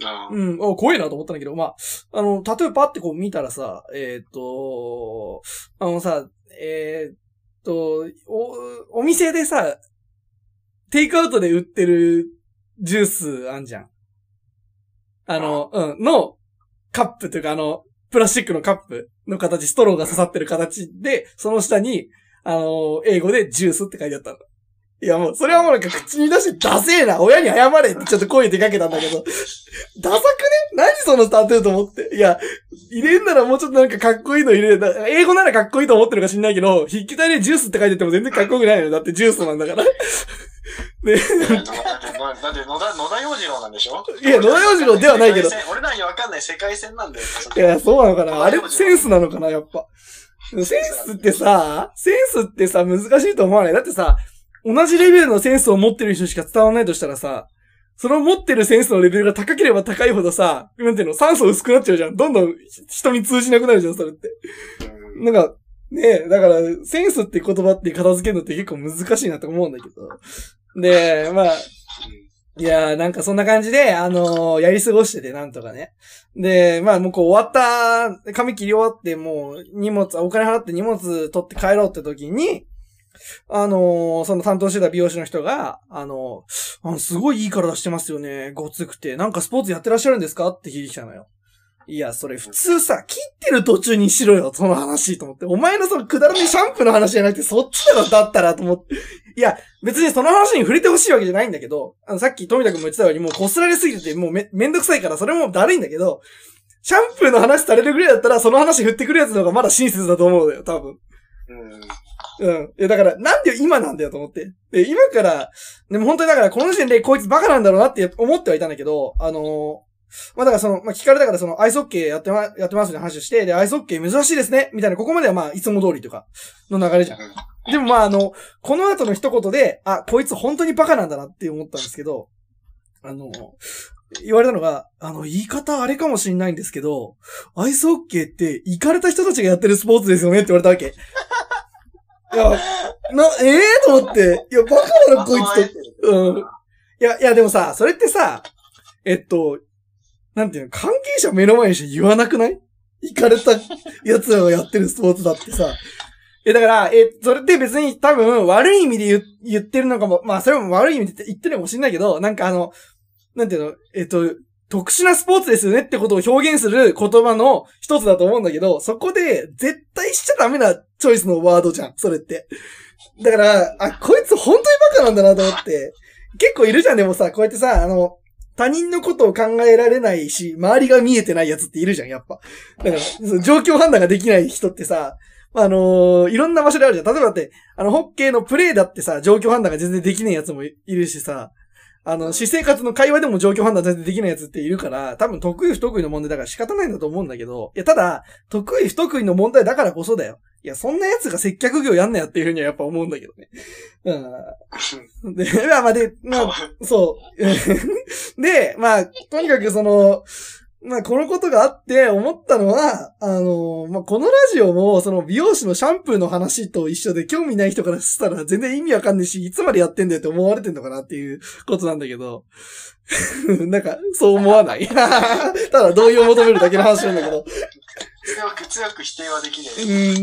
うん。 うん、お、怖いなと思ったんだけど、まあ、あの、例えばパってこう見たらさ、えーっと、あのさ、えーっと、お、お店でさ、テイクアウトで売ってるジュースあんじゃん。あの、うん、のカップというかあの、プラスチックのカップの形、ストローが刺さってる形で、その下に、あの、英語でジュースって書いてあったの。いやもう、それはもうなんか口に出してダセーな、親に謝れってちょっと声でかけたんだけど、ダサくね？何そのタトゥーと思って。いや、入れんならもうちょっとなんかかっこいいの入れる。英語ならかっこいいと思ってるか知んないけど、筆記体でジュースって書いてても全然かっこよくないのよ。だってジュースなんだから。ね。 だって野田、野田洋次郎なんでしょ？ いや、野田洋次郎ではないけど。 俺らにわかんない世界線なんだよ。 いや、そうなのかな？あれセンスなのかなやっぱ。センスってさ、センスってさ、難しいと思わない？だってさ、同じレベルのセンスを持ってる人しか伝わらないとしたらさ、その持ってるセンスのレベルが高ければ高いほどさ、なんていうの、酸素薄くなっちゃうじゃん。どんどん人に通じなくなるじゃん、それって。なんか、ねえ、だから、センスって言葉って片付けるのって結構難しいなと思うんだけど。で、まあ、いやーなんかそんな感じで、あのー、やり過ごしてて、なんとかね。で、まあもうこう終わった、髪切り終わって、もう荷物、お金払って荷物取って帰ろうって時に、あのー、その担当してた美容師の人が、あのー、あのすごいいい体してますよね。ごつくて。なんかスポーツやってらっしゃるんですかって聞いてきたのよ。いや、それ普通さ、切ってる途中にしろよ、その話と思って。お前のそのくだらねシャンプーの話じゃなくて、そっちだろ、だったらと思って。いや、別にその話に触れてほしいわけじゃないんだけど、あの、さっき富田君も言ってたように、もう擦られすぎてて、もうめ、めんどくさいから、それもだるいんだけど、シャンプーの話されるぐらいだったら、その話振ってくるやつの方がまだ親切だと思うのよ、多分。うん。うん。いや、だから、なんで今なんだよと思って。で、今から、でも本当にだから、この時点でこいつバカなんだろうなって思ってはいたんだけど、あのー、まあ、だからその、まあ、聞かれたからその、アイスホッケーやってま、やってますって話をして、で、アイスホッケー珍しいですねみたいな、ここまではまあ、いつも通りとか、の流れじゃん。でもまあ、あの、この後の一言で、あ、こいつ本当にバカなんだなって思ったんですけど、あの、言われたのが、あの、言い方あれかもしんないんですけど、アイスホッケーって、イカれた人たちがやってるスポーツですよねって言われたわけ。いや、な、ええー、と思って、いや、バカだな、こいつと。うん。いや、いや、でもさ、それってさ、えっと、なんていうの、関係者目の前にして言わなくない？イカれた奴らがやってるスポーツだってさ。え、だから、え、それって別に多分悪い意味で 言, 言ってるのかも、まあそれも悪い意味で言ってるのかもしれないけど、なんかあの、なんていうの、えっと、特殊なスポーツですよねってことを表現する言葉の一つだと思うんだけど、そこで絶対しちゃダメなチョイスのワードじゃん、それって。だから、あ、こいつ本当にバカなんだなと思って。結構いるじゃん、でもさ、こうやってさ、あの、他人のことを考えられないし、周りが見えてないやつっているじゃん、やっぱ。だから、状況判断ができない人ってさ、あのー、いろんな場所であるじゃん。例えばだって、あの、ホッケーのプレイだってさ、状況判断が全然できないやつもいるしさ、あの、私生活の会話でも状況判断全然できないやつっているから、多分得意不得意の問題だから仕方ないんだと思うんだけど、いや、ただ、得意不得意の問題だからこそだよ。いや、そんなやつが接客業やんなやっていうふうにはやっぱ思うんだけどね。うん。で、まあまあで、まあ、そう。で、まあ、とにかくその、まあこのことがあって思ったのは、あの、まあこのラジオもその美容師のシャンプーの話と一緒で興味ない人からしたら全然意味わかんないし、いつまでやってんだよって思われてんのかなっていうことなんだけど、なんかそう思わない。ただ同意を求めるだけの話なんだけど。 強く強く否定はできない。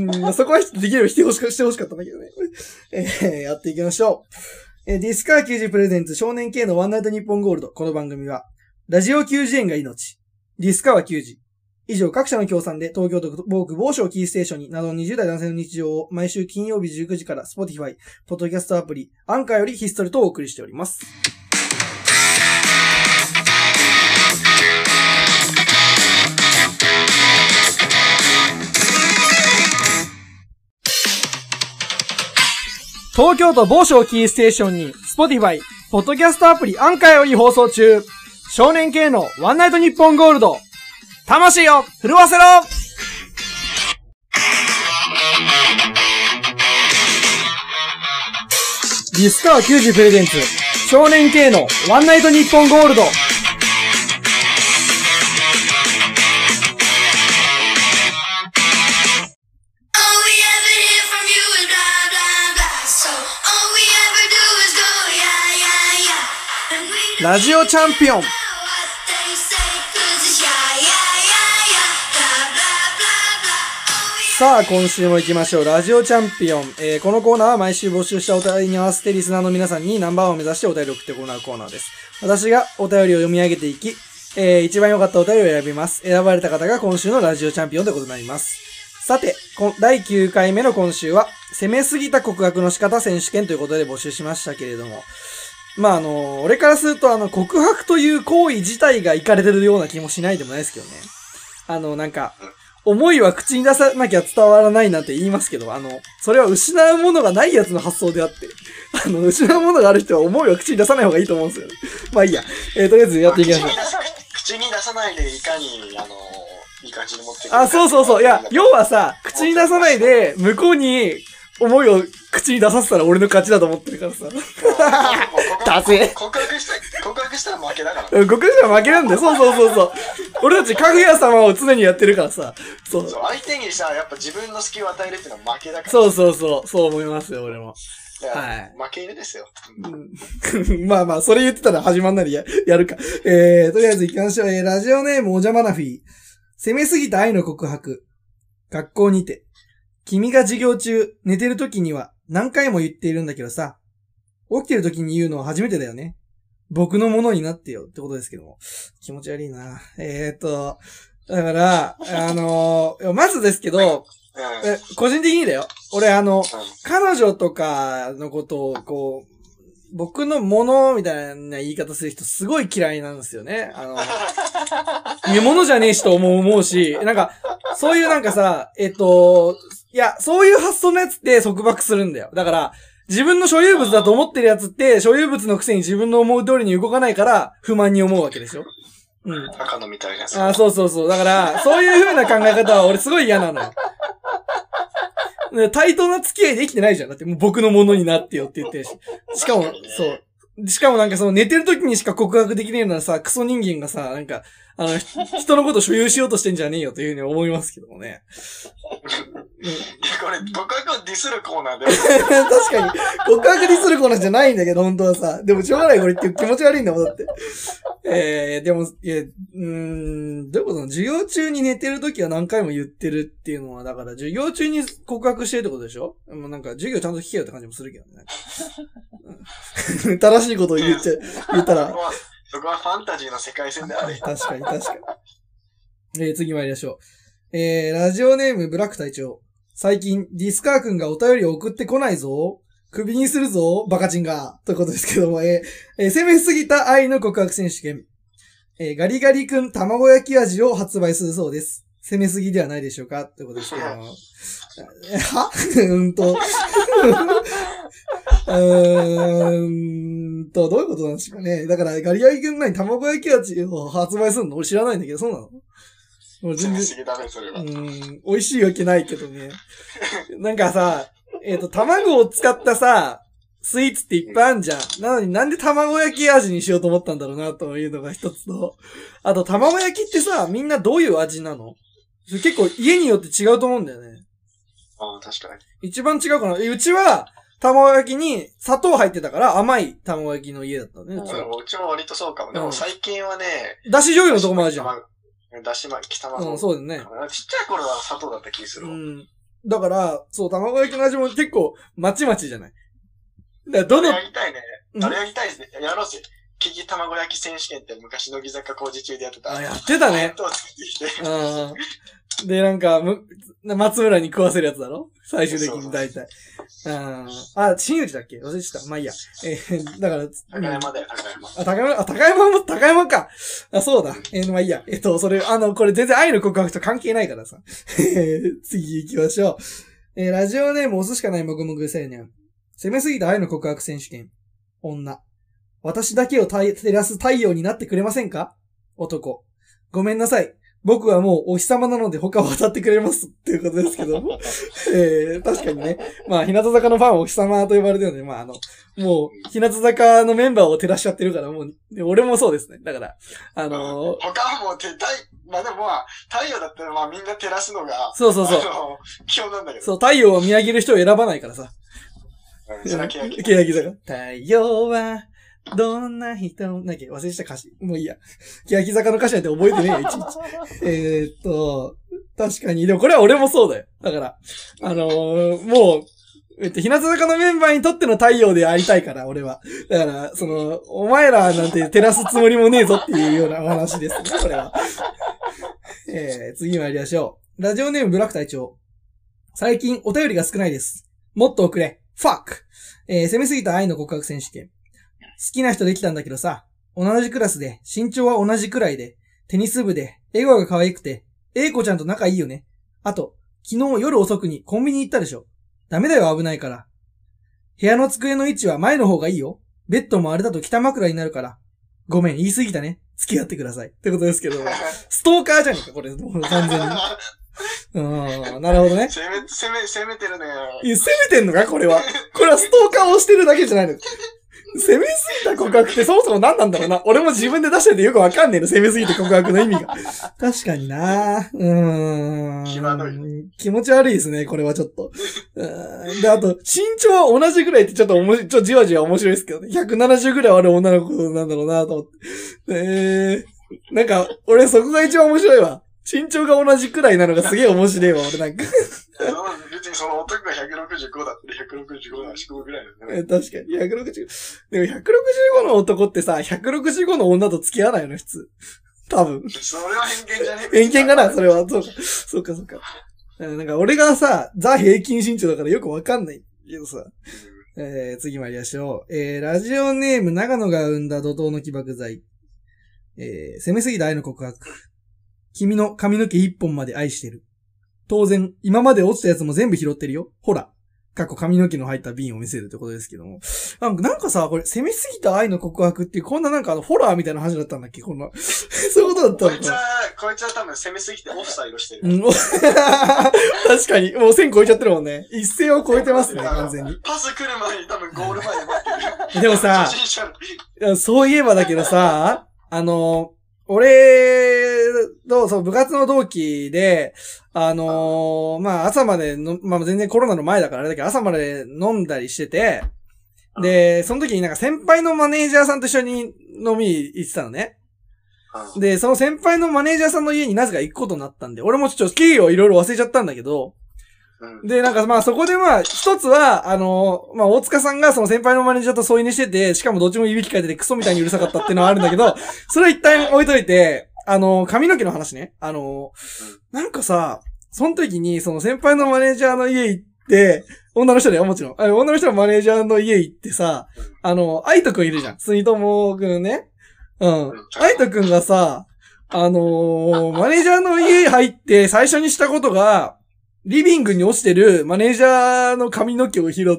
うーん、そこはできれば否定をしてほしかったんだけどね。えー、やっていきましょう。えー、ディスカーきゅうじゅうプレゼンツ少年系のワンナイトニッポンゴールド。この番組は、ラジオきゅうじゅうえんが命。ディスカワきゅうじ。以上各社の協賛で東京都某区某所キーステーションになどにじゅう代男性の日常を毎週金曜日じゅうくじから Spotify、ポッドキャストアプリ、アンカーよりひっそりとお送りしております。東京都某所キーステーションに Spotify、ポッドキャストアプリ、アンカーより放送中。少年系のワンナイトニッポンゴールド。魂を震わせろ。ディスカーきゅうじプレゼンツ少年系のワンナイトニッポンゴールド。ラジオチャンピオン。 さあ、今週も行きましょう。ラジオチャンピオン。えー、このコーナーは毎週募集したお便りに合わせてリスナーの皆さんにナンバーワンを目指してお便りを送って行うコーナーです。私がお便りを読み上げていき、えー、一番良かったお便りを選びます。選ばれた方が今週のラジオチャンピオンということになります。さて、だいきゅうかいめの今週は、攻めすぎた告白の仕方選手権ということで募集しましたけれども、まあ、あの、俺からすると、あの、告白という行為自体がイカれてるような気もしないでもないですけどね。あの、なんか、思いは口に出さなきゃ伝わらないなんて言いますけど、あの、それは失うものがないやつの発想であって、あの、失うものがある人は思いは口に出さない方がいいと思うんですよね。まあいいや。えー、とりあえずやっていきましょう。 口に出さないでいかに、あの、いい感じに持ってくる。 あ、そうそうそう。いや、要はさ、口に出さないで、向こうに思いを口に出させたら俺の勝ちだと思ってるからさ。ダセ告白した、告白したら負けだから。 告白したら負けなんだよ。そうそうそうそう。俺たちかぐや様を常にやってるからさ。 そう。そう相手にさ、やっぱ自分の隙を与えるっていうのは負けだから。 そうそうそう。そう思いますよ、俺も。 はい。負け犬ですよ。 うん、まあまあ、それ言ってたら始まんなりや、やるか。えー、とりあえず行きましょう。えー、ラジオネームおじゃまなフィー。攻めすぎた愛の告白。学校にて。君が授業中、寝てる時には何回も言っているんだけどさ、起きてる時に言うのは初めてだよね。僕のものになってよってことですけども。気持ち悪いな。えーっと、だから、あのー、まずですけど、え個人的にだよ。俺あの、彼女とかのことをこう、僕のものみたいな言い方する人すごい嫌いなんですよね。あの、いや、ものじゃねえしと思う、思うし、なんか、そういうなんかさ、えっと、いや、そういう発想のやつって束縛するんだよ。だから、自分の所有物だと思ってるやつって、所有物のくせに自分の思う通りに動かないから、不満に思うわけでしょ。 うん。赤野みたいなやつ。 あ、そうそうそう。だから、そういう風な考え方は俺すごい嫌なのよ。対等な付き合いできてないじゃん。だってもう僕のものになってよって言ってるし。しかも、そう。しかもなんかその寝てる時にしか告白できねえのはさ、クソ人間がさ、なんか、あの、人のこと所有しようとしてんじゃねえよというふうに思いますけどもね。 いや、これ、告白をディスるコーナーで。 確かに。告白ディスるコーナーじゃないんだけど、本当はさ。でもしょうがないこれって気持ち悪いんだもん、だって。えー、でも、いや、うーん、どういうことなの？授業中に寝てるときは何回も言ってるっていうのは、だから授業中に告白してるってことでしょ？もうなんか授業ちゃんと聞けよって感じもするけどね。正しいことを言っちゃ、言ったら。 そこはファンタジーの世界線である。 確かに確かに。えー、次参りましょう。えー、ラジオネームブラック隊長。最近、ディスカー君がお便りを送ってこないぞ。首にするぞ、バカチンが。ということですけども、えー、えー、攻めすぎた愛の告白選手権。えー、ガリガリ君卵焼き味を発売するそうです。攻めすぎではないでしょうかということですけども。はうんと。うーんと、どういうことなんですかね。だから、ガリガリ君何卵焼き味を発売するの俺知らないんだけど、そうなの？ 俺全然。うーん、美味しいわけないけどね。なんかさ、えっと、卵を使ったさ、スイーツっていっぱいあるじゃん。なのになんで卵焼き味にしようと思ったんだろうな、というのが一つと。あと、卵焼きってさ、みんなどういう味なの？結構家によって違うと思うんだよね。 ああ、確かに。 一番違うかな。うちは、卵焼きに砂糖入ってたから甘い卵焼きの家だったね。 うちは。うちも割とそうかも。でも最近はね、 だし醤油のとこもあるじゃん。 だし巻き卵。 うん、そうだよね。 ちっちゃい頃は砂糖だった気がする。 うん。だから、そう、卵焼きの味も結構、まちまちじゃない。だからどの、 あれやりたいね。あれやりたいですね。やろうぜ。キキ卵焼き選手権って昔乃木坂工事中でやってた。 あ、やってたね。うん。で、なんか、む、松村に食わせるやつだろ最終的に大体。うん。あ、新内だっけ忘れてた。まあいいや。えー、だから、 高山だよ、高山。 あ、高山、あ、高山も、高山か。あ、そうだ。えー、まあいいや。えっと、それ、あの、これ全然愛の告白と関係ないからさ。えー、次行きましょう。えー、ラジオネーム押すしかないもぐもぐ青年。攻めすぎた愛の告白選手権。女。私だけを照らす太陽になってくれませんか？男。ごめんなさい。僕はもうお日様なので他を渡ってくれますっていうことですけども。えー、確かにね。まあ、日向坂のファンはお日様と呼ばれてるので、まああの、もう、日向坂のメンバーを照らしちゃってるから、もう、俺もそうですね。だから、あのー、 他はもう照たい、まあでもまあ、太陽だったらまあみんな照らすのが、 そうそうそう。 あの、基本なんだけど。 そう、太陽を見上げる人を選ばないからさ。 うん、それは欅坂。 欅坂。太陽は、どんな人、なんだっけ忘れした歌詞。もういいや。欅坂の歌詞なんて覚えてねえよ、いちいち。えーっと、 確かに。でもこれは俺もそうだよ。だから、あのー、もう、えっと、日向坂のメンバーにとっての太陽でありたいから、俺は。だから、その、お前らなんて照らすつもりもねえぞっていうようなお話ですね、これは。えー、次参りましょう。ラジオネームブラック隊長。最近お便りが少ないです。もっと送れ。ファック。えー、攻めすぎた愛の告白選手権。好きな人できたんだけどさ、同じクラスで、身長は同じくらいで、テニス部で、笑顔が可愛くて、英子ちゃんと仲いいよね。あと、昨日夜遅くにコンビニ行ったでしょ。ダメだよ、危ないから。部屋の机の位置は前の方がいいよ。ベッドもあれだと北枕になるから。ごめん、言い過ぎたね。付き合ってください。ってことですけど、ストーカーじゃねえか、これ。もう完全に。うん、なるほどね。 攻め、攻め、攻めてるね。 いや、攻めてんのか、これは。これはストーカーをしてるだけじゃないの。攻めすぎた告白ってそもそも何なんだろうな。俺も自分で出しててよくわかんねえの。攻めすぎた告白の意味が。確かにな。うーん。 気まずい。 気持ち悪いですね、これはちょっと。うんで、あと、身長は同じぐらいってちょっと面白い、ちょっとじわじわ面白いですけどね。ひゃくななじゅうぐらいある女の子なんだろうなと思って。えー、なんか、俺そこが一番面白いわ。身長が同じくらいなのがすげえ面白いわ、俺なんか。 別にその男がひゃくろくじゅうごだってひゃくろくじゅうごの足首ぐらいだよね。 確かに。ひゃくろくじゅう。でもひゃくろくじゅうごの男ってさ、ひゃくろくじゅうごの女と付き合わないよね、普通。多分。 それは偏見じゃねえ偏見かな、それは。そうか。そうか、そうか。なんか俺がさ、ザ平均身長だからよくわかんないけどさ。えー、次参りましょう。えー、ラジオネーム長野が生んだ怒涛の起爆剤。えー、攻めすぎた愛の告白。君の髪の毛一本まで愛してる。当然、今まで落ちたやつも全部拾ってるよ。ほら。過去髪の毛の入った瓶を見せるってことですけども。なんか、なんかさ、これ、攻めすぎた愛の告白っていう、こんななんかあの、ホラーみたいな話だったんだっけこんな。そういうことだったのか。 こいつは、こいつは多分攻めすぎてオフサイドしてる。 うん、確かに、もう線超えちゃってるもんね。一線を超えてますね、完全に。 パス来る前に多分ゴール前で待ってる。 でもさ、そういえばだけどさ、あの、俺と、そう、部活の同期で、あのー、まあ、朝までの、まあ、全然コロナの前だからあれだけど、朝まで飲んだりしてて、で、その時になんか先輩のマネージャーさんと一緒に飲み行ってたのね。で、その先輩のマネージャーさんの家になぜか行くことになったんで、俺もちょっと経緯をいろいろ忘れちゃったんだけど、で、なんかまあそこでまあ、一つは、あの、まあ大塚さんがその先輩のマネージャーと添い寝してて、しかもどっちも指聞かれててクソみたいにうるさかったっていうのはあるんだけど、それは一旦置いといて、あの、髪の毛の話ね。あの、なんかさ、その時にその先輩のマネージャーの家行って、女の人だよ、もちろん。あ女の人のマネージャーの家行ってさ、あの、愛斗くんいるじゃん。住友くんね。うん。愛斗くんがさ、あのー、マネージャーの家入って最初にしたことが、リビングに落ちてるマネージャーの髪の毛を拾って、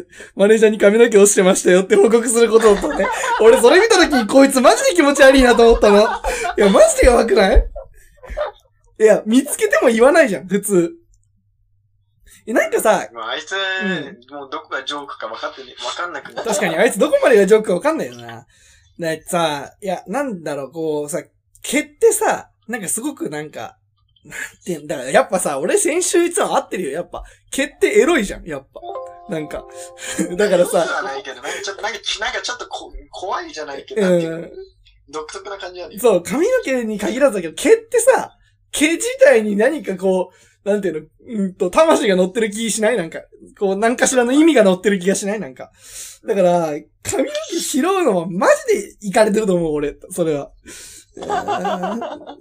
マネージャーに髪の毛落ちてましたよって報告することだったね。俺それ見た時にこいつマジで気持ち悪いなと思ったの。いや、マジでやばくない？いや、見つけても言わないじゃん、普通。え、なんかさ、 まあ、あいつ、うん、もうどこがジョークか分かってね、分かんなくなる。 確かに、あいつどこまでがジョークか分かんないよな。だってさ、いや、なんだろう、こうさ、毛ってさ、なんかすごくなんか、なんてんだから、やっぱさ、俺先週言ってたの合ってるよ、やっぱ。毛ってエロいじゃん、やっぱ。なんか。だからさ。 そうはないけど、なんかちょっと、なんか、なんかちょっとこ怖いじゃないけど、うん、独特な感じある。 そう、髪の毛に限らずだけど、毛ってさ、毛自体に何かこう、なんていうの、うんと、魂が乗ってる気しないなんか、こう、何かしらの意味が乗ってる気がしないなんか。だから、髪の毛拾うのはマジでイカれてると思う、俺。それは。はい、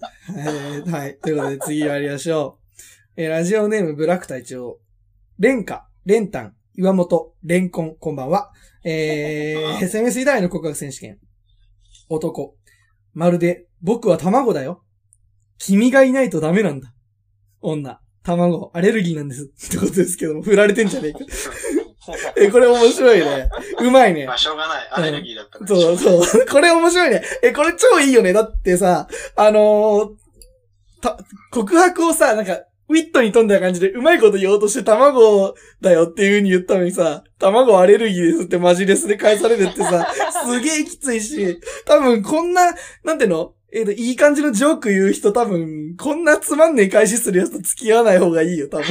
はい。ということで次やりましょう。えー、ラジオネームブラック隊長。レンカ、レンタン、岩本、レンコン、こんばんは。えー、エスエムエス 以来の告白選手権。男。まるで、僕は卵だよ。君がいないとダメなんだ。女。卵、アレルギーなんです。ってことですけども、振られてんじゃねえか。え、これ面白いね。うまいね。 まあ、しょうがない。アレルギーだったね。 そうそう。これ面白いね。え、これ超いいよね。だってさ、あのー、た、告白をさ、なんか、ウィットに富んだ感じで、うまいこと言おうとして卵だよっていう風に言ったのにさ、卵アレルギーですってマジレスで返されるってさ、すげえきついし、多分こんな、なんていうのえっと、いい感じのジョーク言う人多分、こんなつまんねえ返しするやつと付き合わない方がいいよ、多分。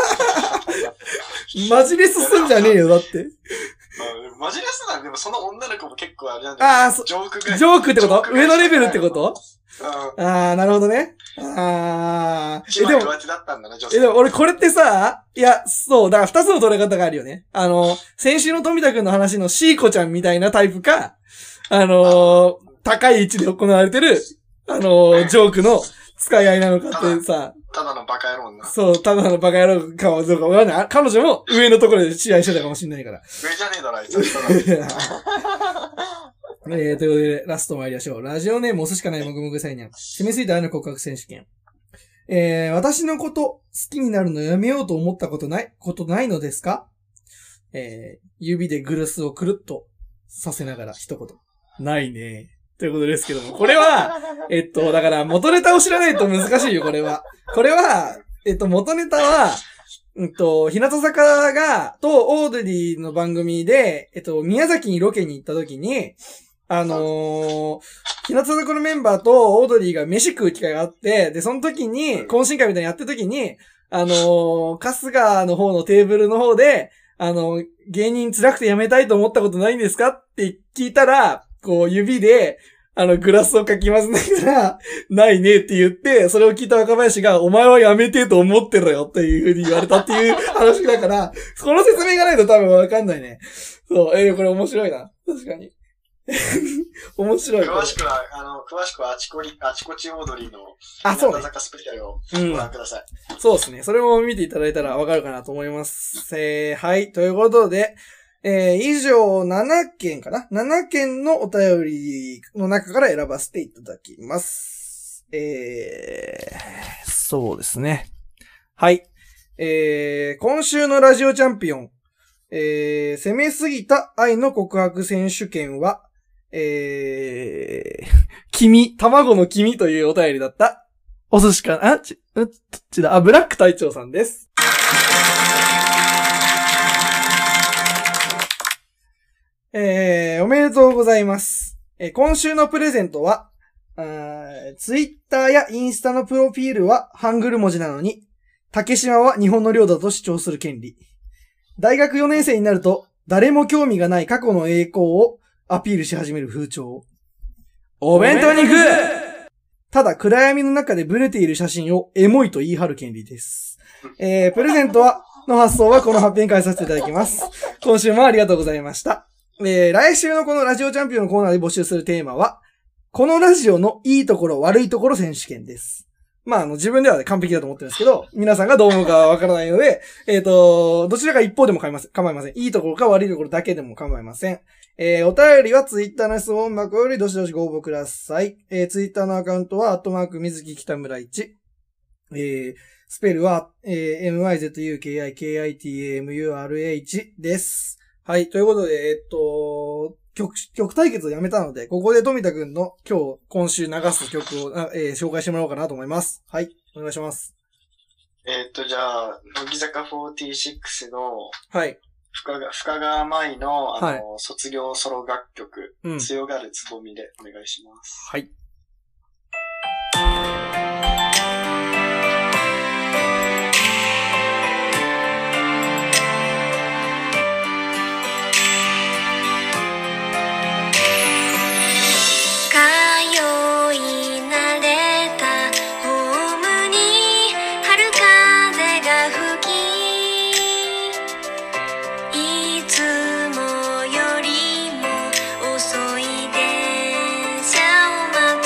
マジレスすんじゃねえよ、だって。 マジレスなんでもその女の子も結構あれなんだよ。ああ、そう。ジョークぐらい。 ジョークってこと上のレベルってことうん、 ああ、なるほどね。ああ。 一枚上手だったんだな、女性。 え、でも俺これってさ、いや、そう、だから二つの取れ方があるよね。あの、先週の富田くんの話のシーコちゃんみたいなタイプか、あのー、高い位置で行われてる、あのー、ジョークの使い合いなのかってさ、 ただのバカ野郎な。 そう、ただのバカ野郎かはどうかわかんない。彼女も上のところで試合してたかもしれないから。 上じゃねえだろ、あいつ。 えー、ということで、ラスト参りましょう。ラジオネーム押すしかないもぐもぐさいにゃん。攻めすぎた愛の告白選手権。えー、私のこと好きになるのやめようと思ったことない、ことないのですか？えー、指でグラスをくるっとさせながら一言。ないね。ということですけども、これは、えっと、だから元ネタを知らないと難しいよ、これは。これは、えっと、元ネタは、うんと、日向坂が、と、オードリーの番組で、えっと、宮崎にロケに行った時に、あのー、日向坂のメンバーとオードリーが飯食う機会があって、で、その時に、懇親会みたいなのやってる時に、あのー、春日の方のテーブルの方で、あの、芸人辛くてやめたいと思ったことないんですかって聞いたら、こう指で、あの、グラスをかき混ぜながら、ないねって言って、それを聞いた若林が、お前はやめてと思ってろよっていう風に言われたっていう話だから、この説明がないと多分わかんないね。そう、えー、これ面白いな。確かに。面白い。 詳しくは、あの、詳しくはあちこり、あちこちオードリーの、 あ、そうね。 坂スペシャルをご覧ください。 うん、そうですね。それも見ていただいたらわかるかなと思います。えー、はい。ということで、えー、以上ななけんかな ?なな 件のお便りの中から選ばせていただきます。えー、そうですね。はい。えー、今週のラジオチャンピオン、えー、攻めすぎた愛の告白選手権は、えー、君、卵の君というお便りだった。お寿司かなあ、ち、どっちだあ、ブラック隊長さんです。えー、おめでとうございます。えー、今週のプレゼントは、ツイッターやインスタのプロフィールはハングル文字なのに、竹島は日本の領土と主張する権利。大学よねん生になると、誰も興味がない過去の栄光をアピールし始める風潮。お弁当に行く！ただ暗闇の中でブレている写真をエモいと言い張る権利です。えー、プレゼントは、の発送はこの発表に返させていただきます。今週もありがとうございました。えー、来週のこのラジオチャンピオンのコーナーで募集するテーマは、このラジオのいいところ悪いところ選手権です。まあ、あの、自分では完璧だと思ってるんですけど、皆さんがどう思うかわからないので、えっと、どちらか一方でも構いません。構いません。いいところか悪いところだけでも構いません。えー、お便りはツイッターの質問箱よりどしどしご応募ください。えー、ツイッターのアカウントは、アットマーク水木北村いち。えー、スペルは、えー、エムワイゼットユーケーアイケーアイティーエムユーアールエイチ です。はい。ということで、えっと、曲、曲対決をやめたので、ここで富田くんの今日、今週流す曲を、えー、紹介してもらおうかなと思います。はい。お願いします。 えっと、じゃあ、乃木坂フォーティーシックスの、 はい。 深川、深川舞の、あの、 はい、 卒業ソロ楽曲、 うん、 強がるつぼみでお願いします。 はい。 遅い電車を待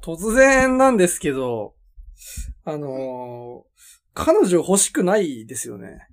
突然なんですけど、あのー、彼女欲しくないですよね。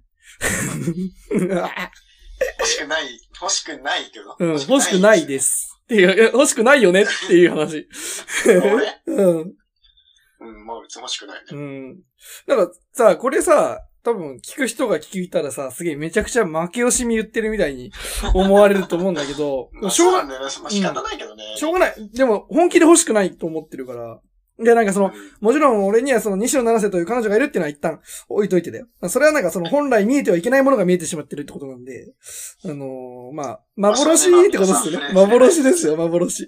欲しくない、欲しくないけど。 うん、欲しくないです。っていう、欲しくないよねっていう話。うん。 うん、まあ別に欲しくないね。 うん。なんかさ、これさ、多分聞く人が聞いたらさ、すげえめちゃくちゃ負け惜しみ言ってるみたいに思われると思うんだけど、 まあ、しょうがない。まあ仕方ないけどね、 うん。しょうがない。でも本気で欲しくないと思ってるから。で、なんかその、うん、もちろん俺にはその西野七瀬という彼女がいるっていうのは一旦置いといてだよ。それはなんかその本来見えてはいけないものが見えてしまってるってことなんで、あのー、まあ、幻ってことですよね。幻ですよ、幻。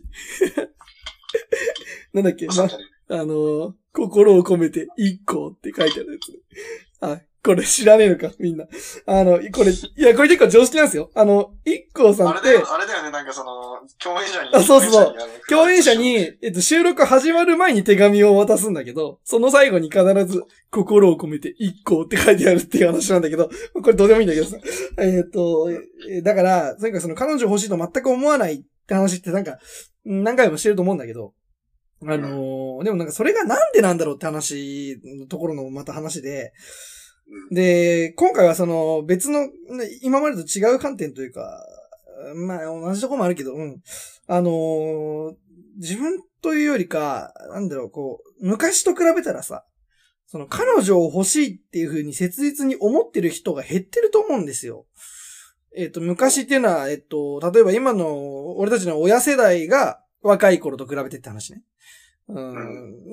なんだっけ、ま、あのー、心を込めて一個って書いてあるやつ。あ、これ知らねえのか、みんな。あの、これ、いや、これ結構常識なんですよ。あの、一個さんって。 あれだよ、あれだよね、なんかその、共演者に。 あ、そうそうそう。共演者に、えっと、収録始まる前に手紙を渡すんだけど、その最後に必ず、心を込めて一個って書いてあるっていう話なんだけど、これどうでもいいんだけどさ。えっと、だから、とにかくその彼女欲しいと全く思わないって話ってなんか、何回もしてると思うんだけど、あのー、でもなんかそれがなんでなんだろうって話のところのまた話で、で、今回はその別の、今までと違う観点というか、まあ同じところもあるけど、うん。あのー、自分というよりか、なんだろう、こう、昔と比べたらさ、その彼女を欲しいっていう風に切実に思ってる人が減ってると思うんですよ。えっと、昔っていうのは、えっと、例えば今の俺たちの親世代が若い頃と比べてって話ね。うん。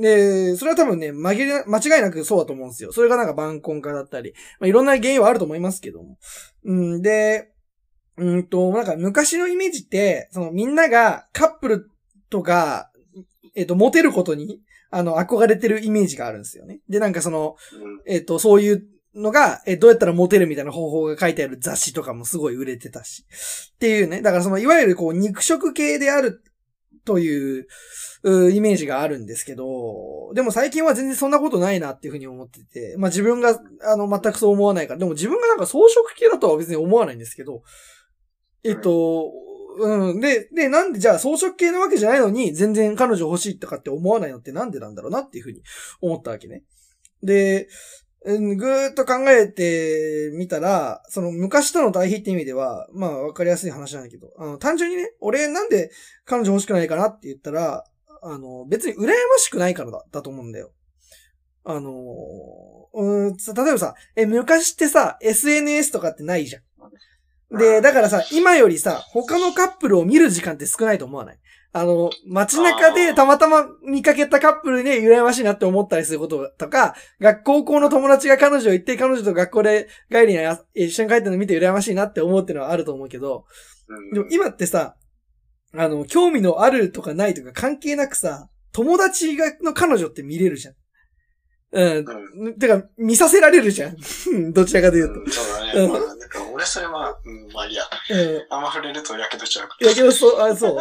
で、それは多分ね、紛れ、間違いなくそうだと思うんですよ。それがなんか晩婚化だったり、まあ、いろんな原因はあると思いますけども。うん、で、うんと、なんか昔のイメージって、そのみんながカップルとか、えっと、モテることに、あの、憧れてるイメージがあるんですよね。で、なんかその、えっと、そういうのが、え、どうやったらモテるみたいな方法が書いてある雑誌とかもすごい売れてたし。っていうね。だからその、いわゆるこう、肉食系であるという、うイメージがあるんですけど、でも最近は全然そんなことないなっていうふうに思ってて、まあ自分が、あの、全くそう思わないから、でも自分がなんか草食系だとは別に思わないんですけど、えっと、うん。で、で、なんでじゃあ草食系なわけじゃないのに、全然彼女欲しいとかって思わないのってなんでなんだろうなっていうふうに思ったわけね。で、ぐーっと考えてみたら、その昔との対比って意味では、まあわかりやすい話なんだけど、あの、単純にね、俺なんで彼女欲しくないかなって言ったら、あの、別に羨ましくないからだ、だと思うんだよ。あの、うーん、例えばさ、え、昔ってさ、エスエヌエス とかってないじゃん。で、だからさ、今よりさ、他のカップルを見る時間って少ないと思わない？あの、街中でたまたま見かけたカップルで羨ましいなって思ったりすることとか、学校高校の友達が彼女を行って彼女と学校で帰りに一緒に帰ってるの見て羨ましいなって思うっていうのはあると思うけど、でも今ってさ、あの、興味のあるとかないとか関係なくさ、友達がの彼女って見れるじゃん。うん。うん、てか、見させられるじゃん。どちらかというと。 うん、そうだね。うん、まあ、なんか俺それは、うん、まあいいや。うん。あんま触れるとやけどしちゃうから。 やけどそう、あ、そう。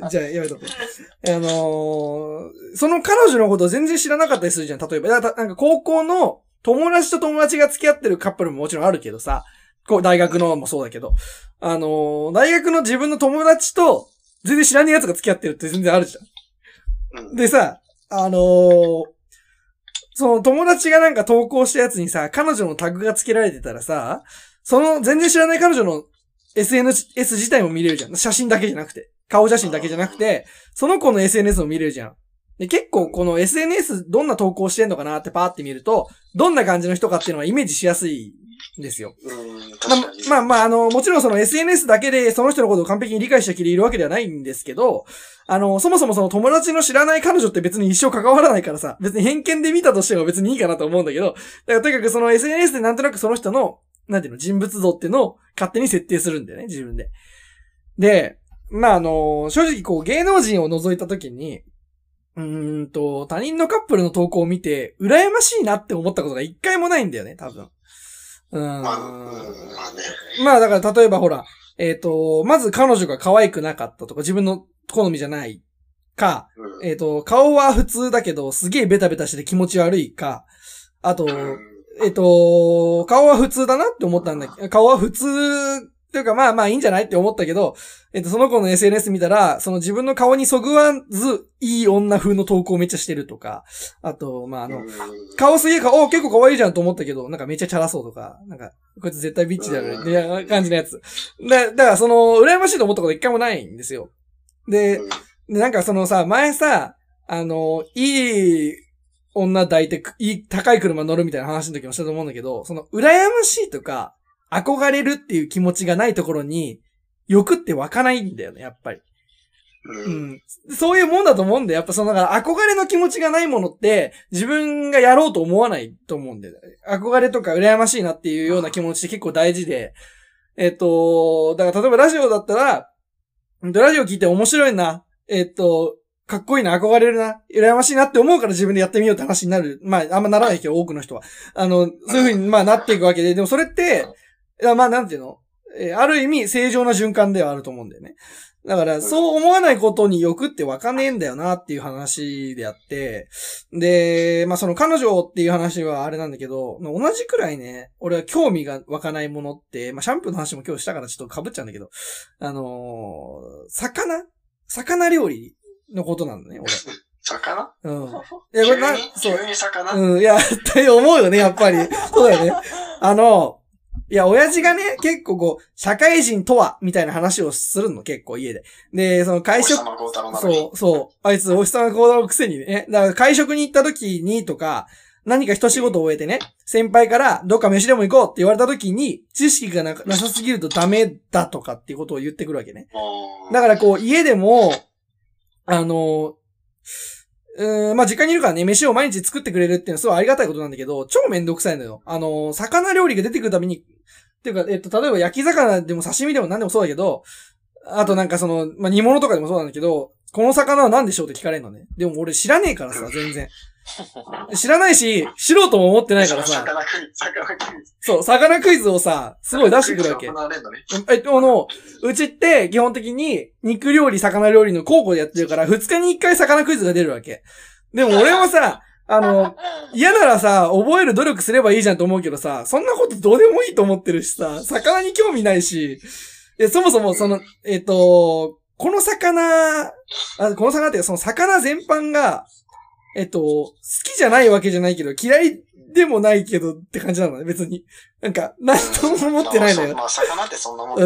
じゃあ、やめとこう。あのー、その彼女のことを全然知らなかったりするじゃん。例えば、なんか高校の友達と友達が付き合ってるカップルももちろんあるけどさ、こう大学のもそうだけど、あのー、大学の自分の友達と全然知らねえ奴が付き合ってるって全然あるじゃん。うん、でさ、あのー、その友達がなんか投稿したやつにさ、彼女のタグが付けられてたらさ、その全然知らない彼女の エスエヌエス 自体も見れるじゃん。写真だけじゃなくて。顔写真だけじゃなくて、その子の エスエヌエス も見れるじゃん。で、結構この エスエヌエス どんな投稿してんのかなってパーって見ると、どんな感じの人かっていうのはイメージしやすいんですよ。ま、まあまあ、あの、もちろんその エスエヌエス だけでその人のことを完璧に理解したきりいるわけではないんですけど、あの、そもそもその友達の知らない彼女って別に一生関わらないからさ、別に偏見で見たとしても別にいいかなと思うんだけど、だからとにかくその エスエヌエス でなんとなくその人の、なんていうの、人物像っていうのを勝手に設定するんだよね、自分で。で、まああの、正直こう芸能人を除いたときに、うーんと、他人のカップルの投稿を見て、羨ましいなって思ったことが一回もないんだよね、多分。うーん。まあ、まあね。まあだから例えばほら、えっと、まず彼女が可愛くなかったとか、自分の好みじゃないか、うん、えっと、顔は普通だけど、すげえベタベタして気持ち悪いか、あと、えっと、顔は普通だなって思ったんだけど、顔は普通というかまあまあいいんじゃないって思ったけど、えっと、その子の エスエヌエス 見たら、その自分の顔にそぐわず、いい女風の投稿めっちゃしてるとか、あと、まああの、顔すげえか、お結構可愛いじゃんと思ったけど、なんかめっちゃチャラそうとか、なんか、こいつ絶対ビッチだよね、みたいな感じのやつ。だ、だからその、羨ましいと思ったこと一回もないんですよ。で、でなんかそのさ、前さ、あの、いい女抱いて、いい、高い車乗るみたいな話の時もしたと思うんだけど、その、羨ましいとか、憧れるっていう気持ちがないところに、欲って湧かないんだよね、やっぱり。うん。そういうもんだと思うんだよ。やっぱその、だから憧れの気持ちがないものって、自分がやろうと思わないと思うんだよ。憧れとか羨ましいなっていうような気持ちって結構大事で、えっと、だから例えばラジオだったら、ラジオ聞いて面白いな、えっと、かっこいいな、憧れるな、羨ましいなって思うから自分でやってみようって話になる。まあ、あんまならないけど、多くの人は。あの、そういう風に、まあ、なっていくわけで、でもそれって、まあ、なんていうの、えー、ある意味正常な循環ではあると思うんだよね。だから、そう思わないことに欲って湧かねえんだよなっていう話であって、で、まあその彼女っていう話はあれなんだけど、同じくらいね、俺は興味が湧かないものって、まあシャンプーの話も今日したからちょっと被っちゃうんだけど、あのー、魚魚料理のことなんだね、俺。 魚うん。いや、これな、 そう。急に魚うん、いや、って思うよね、やっぱり。そうだよね。あの、いや、親父がね、結構こう、社会人とは、みたいな話をするの、結構家で。で、その会食、そう、そう。あいつ、お日様孝太郎のくせにね、だから会食に行った時にとか、何か一仕事を終えてね、先輩からどっか飯でも行こうって言われた時に、知識がな、なさすぎるとダメだとかっていうことを言ってくるわけね。だからこう、家でも、あの、うーん、まあ、実家にいるからね、飯を毎日作ってくれるっていうのはすごいありがたいことなんだけど、超めんどくさいのよ。あの、魚料理が出てくるたびに、っていうか、えっと、例えば焼き魚でも刺身でも何でもそうだけど、あとなんかその、まあ、煮物とかでもそうなんだけど、この魚は何でしょうって聞かれるのね。でも俺知らねえからさ、全然。知らないし、知ろうとも思ってないからさ。 魚クイズ、魚クイズ。 そう、魚クイズをさ、すごい出してくるわけ。えっと、あの、うちって基本的に肉料理、魚料理の交互でやってるから、二日に一回魚クイズが出るわけ。でも俺もさ、あの、嫌ならさ、覚える努力すればいいじゃんと思うけどさ、そんなことどうでもいいと思ってるしさ、魚に興味ないし、えそもそもその、えっと、この魚、あこの魚ってその魚全般が、えっと、好きじゃないわけじゃないけど、嫌いでもないけどって感じなのね、別に。なんか、なんとも思ってないのよ。 まあ、まあ、魚ってそんなもん。 うん。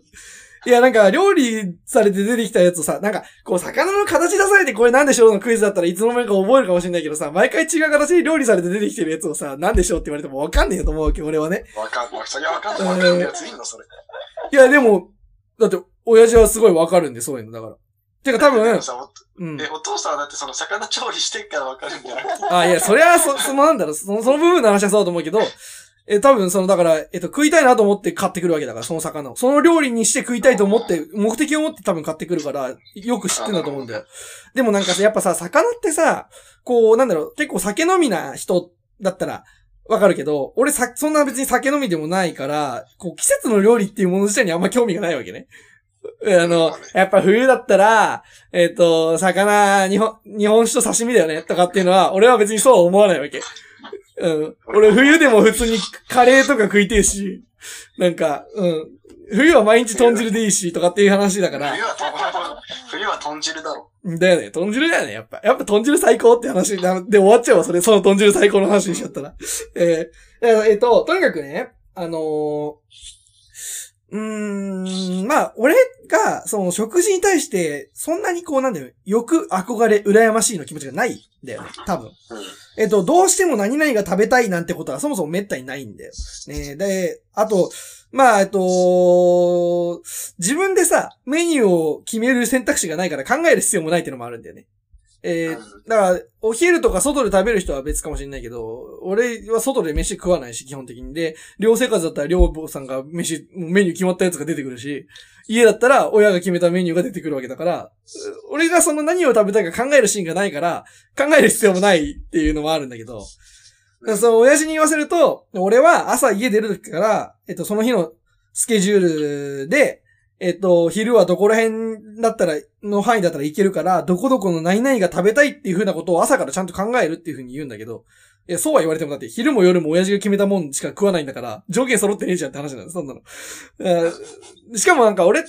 いや、なんか、料理されて出てきたやつをさ、なんか、こう、魚の形出されてこれなんでしょうのクイズだったらいつの間にか覚えるかもしれないけどさ、毎回違う形で料理されて出てきてるやつをさ、なんでしょうって言われてもわかんねえよと思うわけ、俺はね。 わかんない。それわかんない。わかんないやついんのそれ。 いや、でも、だって、親父はすごいわかるんで、そういうの、だから。てか多分、 うん。え、お父さんはだってその魚調理してっからわかるんじゃなくて。 あ、いや、そりゃ、そ、そのなんだろう、その、その部分の話はそうだと思うけど、え、多分その、だから、えっと、食いたいなと思って買ってくるわけだから、その魚を。その料理にして食いたいと思って、目的を持って多分買ってくるから、よく知ってんだと思うんだよ。でもなんかさ、やっぱさ、魚ってさ、こう、なんだろう、結構酒飲みな人だったら、わかるけど、俺さ、そんな別に酒飲みでもないから、こう、季節の料理っていうもの自体にあんま興味がないわけね。あの、やっぱ冬だったら、えっと、魚、日本、日本酒と刺身だよね、とかっていうのは、俺は別にそうは思わないわけ。うん。俺冬でも普通にカレーとか食いてえし、なんか、うん。冬は毎日豚汁でいいし、とかっていう話だから。 冬は、冬は豚汁だろ。 だよね、豚汁だよね、やっぱ。やっぱ豚汁最高って話で終わっちゃうわ、それ、その豚汁最高の話にしちゃったら。えー、えっと、とにかくね、あのー、うーん、まあ、俺が、その食事に対して、そんなにこうなんだよ、欲、憧れ、羨ましいの気持ちがないんだよね、多分。えっと、どうしても何々が食べたいなんてことはそもそも滅多にないんだよ。ね、で、あと、まあ、えっと、自分でさ、メニューを決める選択肢がないから考える必要もないっていうのもあるんだよね。えー、だから、お昼とか外で食べる人は別かもしれないけど、俺は外で飯食わないし、基本的に。で、寮生活だったら寮母さんが飯、メニュー決まったやつが出てくるし、家だったら親が決めたメニューが出てくるわけだから、俺がその何を食べたいか考えるシーンがないから、考える必要もないっていうのもあるんだけど、その親父に言わせると、俺は朝家出る時から、えっと、その日のスケジュールで、えっと、昼はどこら辺だったら、の範囲だったらいけるから、どこどこの何々が食べたいっていう風なことを朝からちゃんと考えるっていう風に言うんだけど、 いや、そうは言われてもだって、昼も夜も親父が決めたもんしか食わないんだから、条件揃ってねえじゃんって話なんだよ、そんなの。しかもなんか俺って、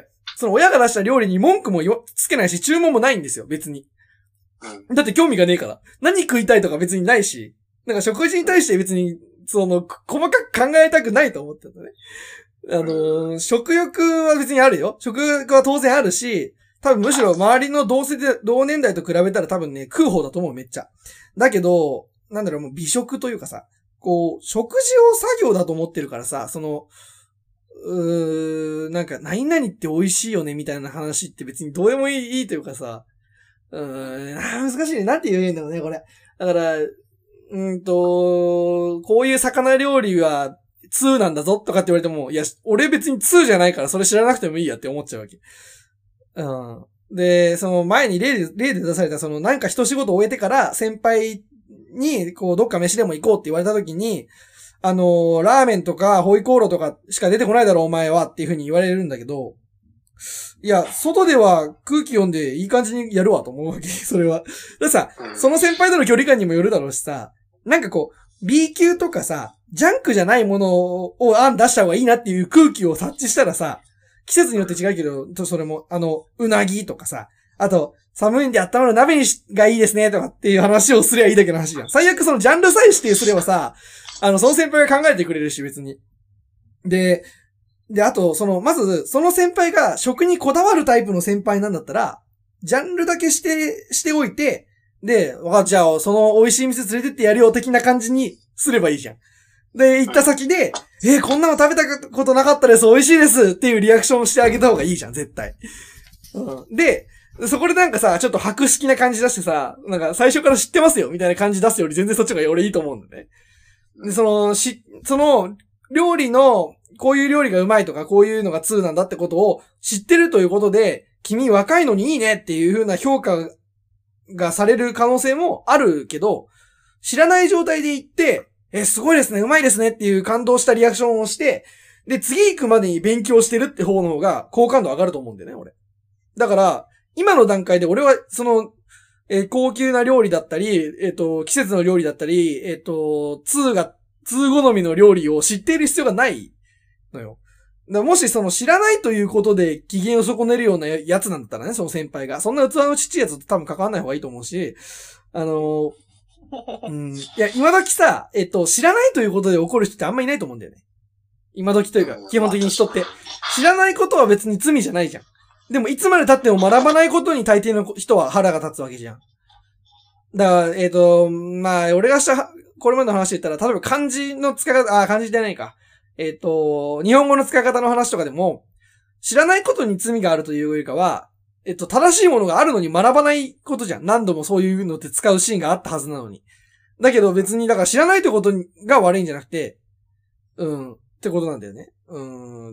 その親が出した料理に文句もつけないし、注文もないんですよ、別に。だって興味がねえから。何食いたいとか別にないし、なんか食事に対して別に、その、細かく考えたくないと思ってたね。あのー、食欲は別にあるよ。食欲は当然あるし、多分むしろ周りの同世で、同年代と比べたら多分ね、食う方だと思う、めっちゃ。だけど、なんだろう、もう美食というかさ、こう、食事を作業だと思ってるからさ、その、うー、なんか、何々って美味しいよね、みたいな話って別にどうでもいい、いいというかさ、うーん、難しいね。なんて言えばいいんだろうね、これ。だから、うんと、こういう魚料理はになんだぞとかって言われても、いや、俺別ににじゃないからそれ知らなくてもいいやって思っちゃうわけ。うん。で、その前に例で、例で出されたそのなんか一仕事終えてから先輩にこうどっか飯でも行こうって言われた時に、あのー、ラーメンとかホイコーローとかしか出てこないだろお前はっていう風に言われるんだけど、いや、外では空気読んでいい感じにやるわと思うわけ、それは。だからさ、その先輩との距離感にもよるだろうしさ、なんかこう、B 級とかさ、ジャンクじゃないものを案出した方がいいなっていう空気を察知したらさ、季節によって違うけど、それも、あの、うなぎとかさ、あと、寒いんで温まる鍋にがいいですねとかっていう話をすりゃいいだけの話じゃん。最悪そのジャンルさえ指定すればさ、あの、その先輩が考えてくれるし、別に。で、で、あと、その、まず、その先輩が食にこだわるタイプの先輩なんだったら、ジャンルだけして、しておいて、で、わかじゃあ、その美味しい店連れてってやるよ的な感じにすればいいじゃん。で、行った先で、えー、こんなの食べたことなかったです、美味しいですっていうリアクションをしてあげた方がいいじゃん、絶対。うん、で、そこでなんかさ、ちょっと博識な感じ出してさ、なんか最初から知ってますよみたいな感じ出すより全然そっちの方が俺いいと思うんだね。で、その、し、その、料理の、こういう料理がうまいとか、こういうのがになんだってことを知ってるということで、君若いのにいいねっていう風な評価がされる可能性もあるけど、知らない状態で行って、え、すごいですね、うまいですねっていう感動したリアクションをして、で、次行くまでに勉強してるって方の方が好感度上がると思うんだよね、俺。だから、今の段階で俺は、その、えー、高級な料理だったり、えっと、季節の料理だったり、えっと、にが、に好みの料理を知っている必要がないのよ。だからもしその知らないということで機嫌を損ねるようなやつなんだったらね、その先輩が。そんな器のちっちゃいやつと多分関わんない方がいいと思うし、あの、うん、いや、今時さ、えっと、知らないということで怒る人ってあんまいないと思うんだよね。今時というか、基本的に人って。知らないことは別に罪じゃないじゃん。でも、いつまで経っても学ばないことに大抵の人は腹が立つわけじゃん。だから、えっと、まあ、俺がした、これまでの話で言ったら、例えば漢字の使い方、あ、漢字じゃないか。えっと、日本語の使い方の話とかでも、知らないことに罪があるというよりかは、えっと、正しいものがあるのに学ばないことじゃん。何度もそういうのって使うシーンがあったはずなのに。だけど別に、だから知らないってことが悪いんじゃなくて、うん、ってことなんだよね。うん、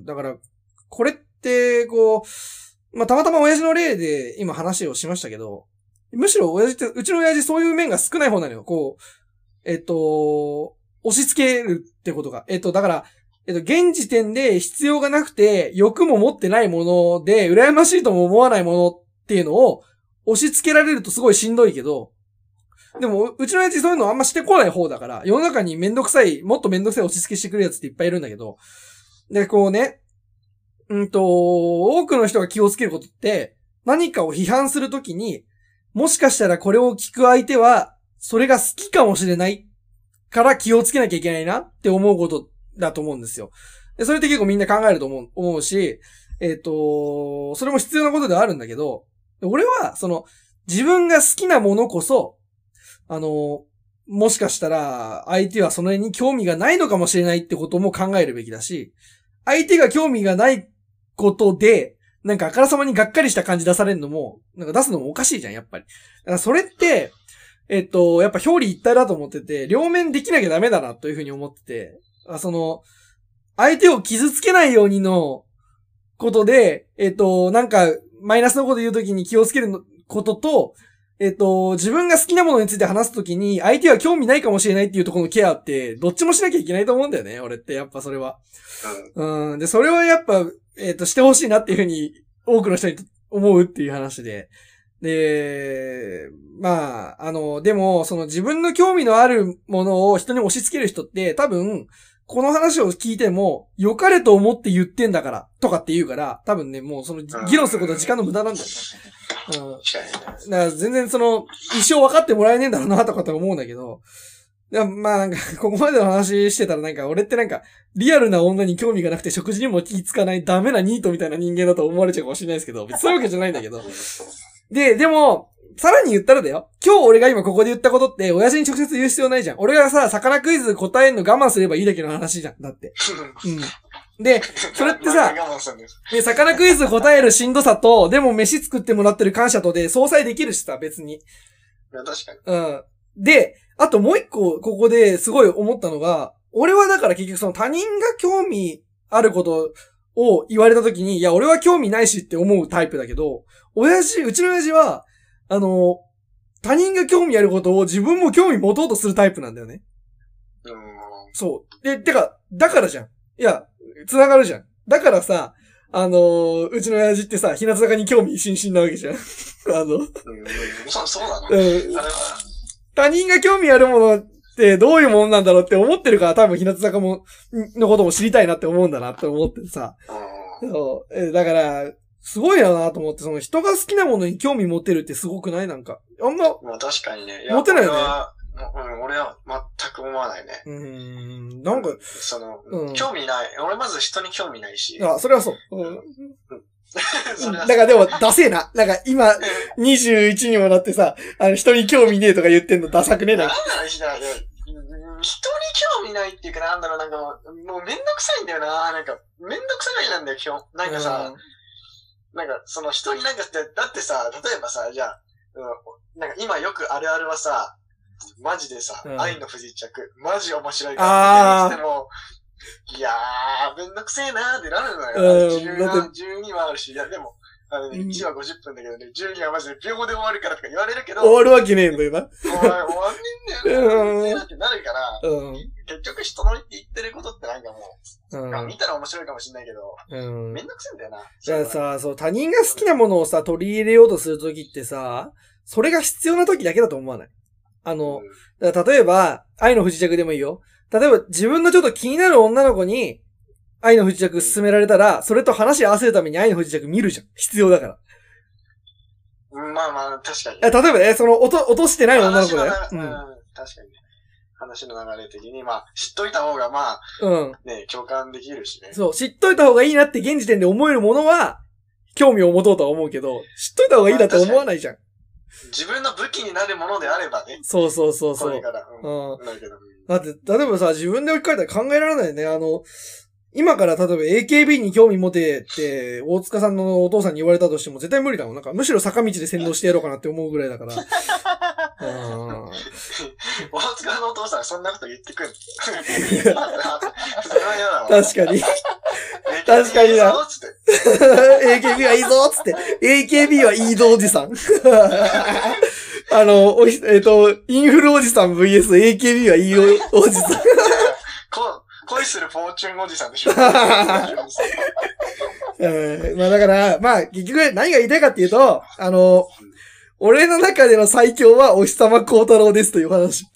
だから、これって、こう、まあ、たまたま親父の例で今話をしましたけど、むしろ親父って、うちの親父そういう面が少ない方なのよ。こう、えっと、押し付けるってことが。えっと、だから、えっと、現時点で必要がなくて、欲も持ってないもので、羨ましいとも思わないものっていうのを押し付けられるとすごいしんどいけど、でも、うちの親父そういうのあんましてこない方だから、世の中にめんどくさい、もっとめんどくさい押し付けしてくるやつっていっぱいいるんだけど、で、こうね、うんと、多くの人が気をつけることって、何かを批判するときに、もしかしたらこれを聞く相手は、それが好きかもしれないから気をつけなきゃいけないなって思うことだと思うんですよ。で、それって結構みんな考えると思う、思うし、えっと、それも必要なことではあるんだけど、俺は、その、自分が好きなものこそ、あの、もしかしたら、相手はその辺に興味がないのかもしれないってことも考えるべきだし、相手が興味がないことで、なんかあからさまにがっかりした感じ出されるのも、なんか出すのもおかしいじゃん、やっぱり。だからそれって、えっと、やっぱ表裏一体だと思ってて、両面できなきゃダメだなというふうに思ってて、あその、相手を傷つけないようにのことで、えっと、なんか、マイナスのこと言うときに気をつけることと、えっと、自分が好きなものについて話すときに、相手は興味ないかもしれないっていうところのケアって、どっちもしなきゃいけないと思うんだよね、俺って、やっぱそれは。うん。で、それはやっぱ、えっと、してほしいなっていうふうに、多くの人に思うっていう話で。 で、まあ、あの、でも、その自分の興味のあるものを人に押し付ける人って多分、この話を聞いても、良かれと思って言ってんだから、とかって言うから、多分ね、もうその議論することは時間の無駄なんだよね。うん。だから全然その、一生分かってもらえねえんだろうな、とかって思うんだけど、でもまあなんか、ここまでの話してたらなんか、俺ってなんか、リアルな女に興味がなくて食事にも気ぃつかないダメなニートみたいな人間だと思われちゃうかもしれないですけど、別にそういうわけじゃないんだけど。で、でも、さらに言ったらだよ。今日俺が今ここで言ったことって、親父に直接言う必要ないじゃん。俺がさ、魚クイズ答えんの我慢すればいいだけの話じゃん。だって。うん。で、それってさ、で、魚クイズ答えるしんどさと、でも飯作ってもらってる感謝とで相殺できるしさ、別に。 いや、確かに。 うん。で、あともう一個、ここですごい思ったのが、俺はだから結局その他人が興味あることを言われたときに、いや、俺は興味ないしって思うタイプだけど、親父、うちの親父は、あの、他人が興味あることを自分も興味持とうとするタイプなんだよね。 うん。 そう。で、てか、だからじゃん。いや、繋がるじゃん。だからさ、あのー、うちの親父ってさ、日向坂に興味津々なわけじゃん。あの、うん、 そう、そうなの、 うん、あれは。他人が興味あるものってどういうものなんだろうって思ってるから、多分日向坂も、のことも知りたいなって思うんだなって思ってさ。うん、そう。だから、すごいよなと思って、その人が好きなものに興味持てるってすごくないなんか。あんま。 まあ確かにね。 持てないよね。 うん、俺は全く思わないね。 うーん。なんか、 その、 うん、 興味ない。俺まず人に興味ないし。 あ、それはそう。うん。それはだからでも、ダセえな。なんか今、にじゅういちにもなってさ、あの、人に興味ねえとか言ってんのダサくねえな。 なんだろう、人に興味ないっていうかなんだろう、なんかもう、もうめんどくさいんだよな。なんか、めんどくさがりなんだよ、今日。なんかさ、うんなんか、その人になんかって、だってさ、例えばさ、じゃあ、うん、なんか今よくあるあるはさ、マジでさ、うん、愛の不時着、マジ面白いからってしても、いやー、めんどくせえなーってなるのよ。うん、じゅう, じゅうにはあるし、いやでも、あのね、いちわごじゅっぷんだけどね、じゅうにはマジで秒で終わるからとか言われるけど、 終わるわけねえんだよな。 終わんねえんだよな、めんどくせえなってなるから、うん、結局人の言ってることってなんかもう、うん、見たら面白いかもしれないけど、うん、めんどくせえんだよな。 じゃあさ、そう、他人が好きなものをさ、取り入れようとするときってさ、それが必要なときだけだと思わない？あの、うん、だから例えば、愛の不時着でもいいよ。例えば自分のちょっと気になる女の子に、愛の不時着勧められたら、それと話合わせるために愛の不時着見るじゃん。必要だから。 まあまあ、確かに。 例えばね、その、落と、落としてない女の子だよ。 うん。確かにね。話の流れ的に、まあ、知っといた方が、まあ、うん。ね、共感できるしね。 そう、知っといた方がいいなって現時点で思えるものは、興味を持とうとは思うけど、知っといた方がいいだと思わないじゃん。 自分の武器になるものであればね。 そうそうそうそう。これから。うん。うん、だけど。だって、例えばさ、自分で置き換えたら考えられないね。あの、今から例えば エーケービー に興味持てって、大塚さんのお父さんに言われたとしても絶対無理だもん。なんか、むしろ坂道で洗脳してやろうかなって思うぐらいだから。 大塚のお父さんそんなこと言ってくる。 確かに。確かにな。エーケービー はいいぞっつって。エーケービー はいいぞおじさん。あの、おひ、えっと、インフルおじさん ブイエスエーケービー はいいおじさん。 恋するフォーチュンおじさんでしょ。 うん、まあだから、まあ結局何が言いたいかっていうと、あの、俺の中での最強はお日様光太郎ですという話。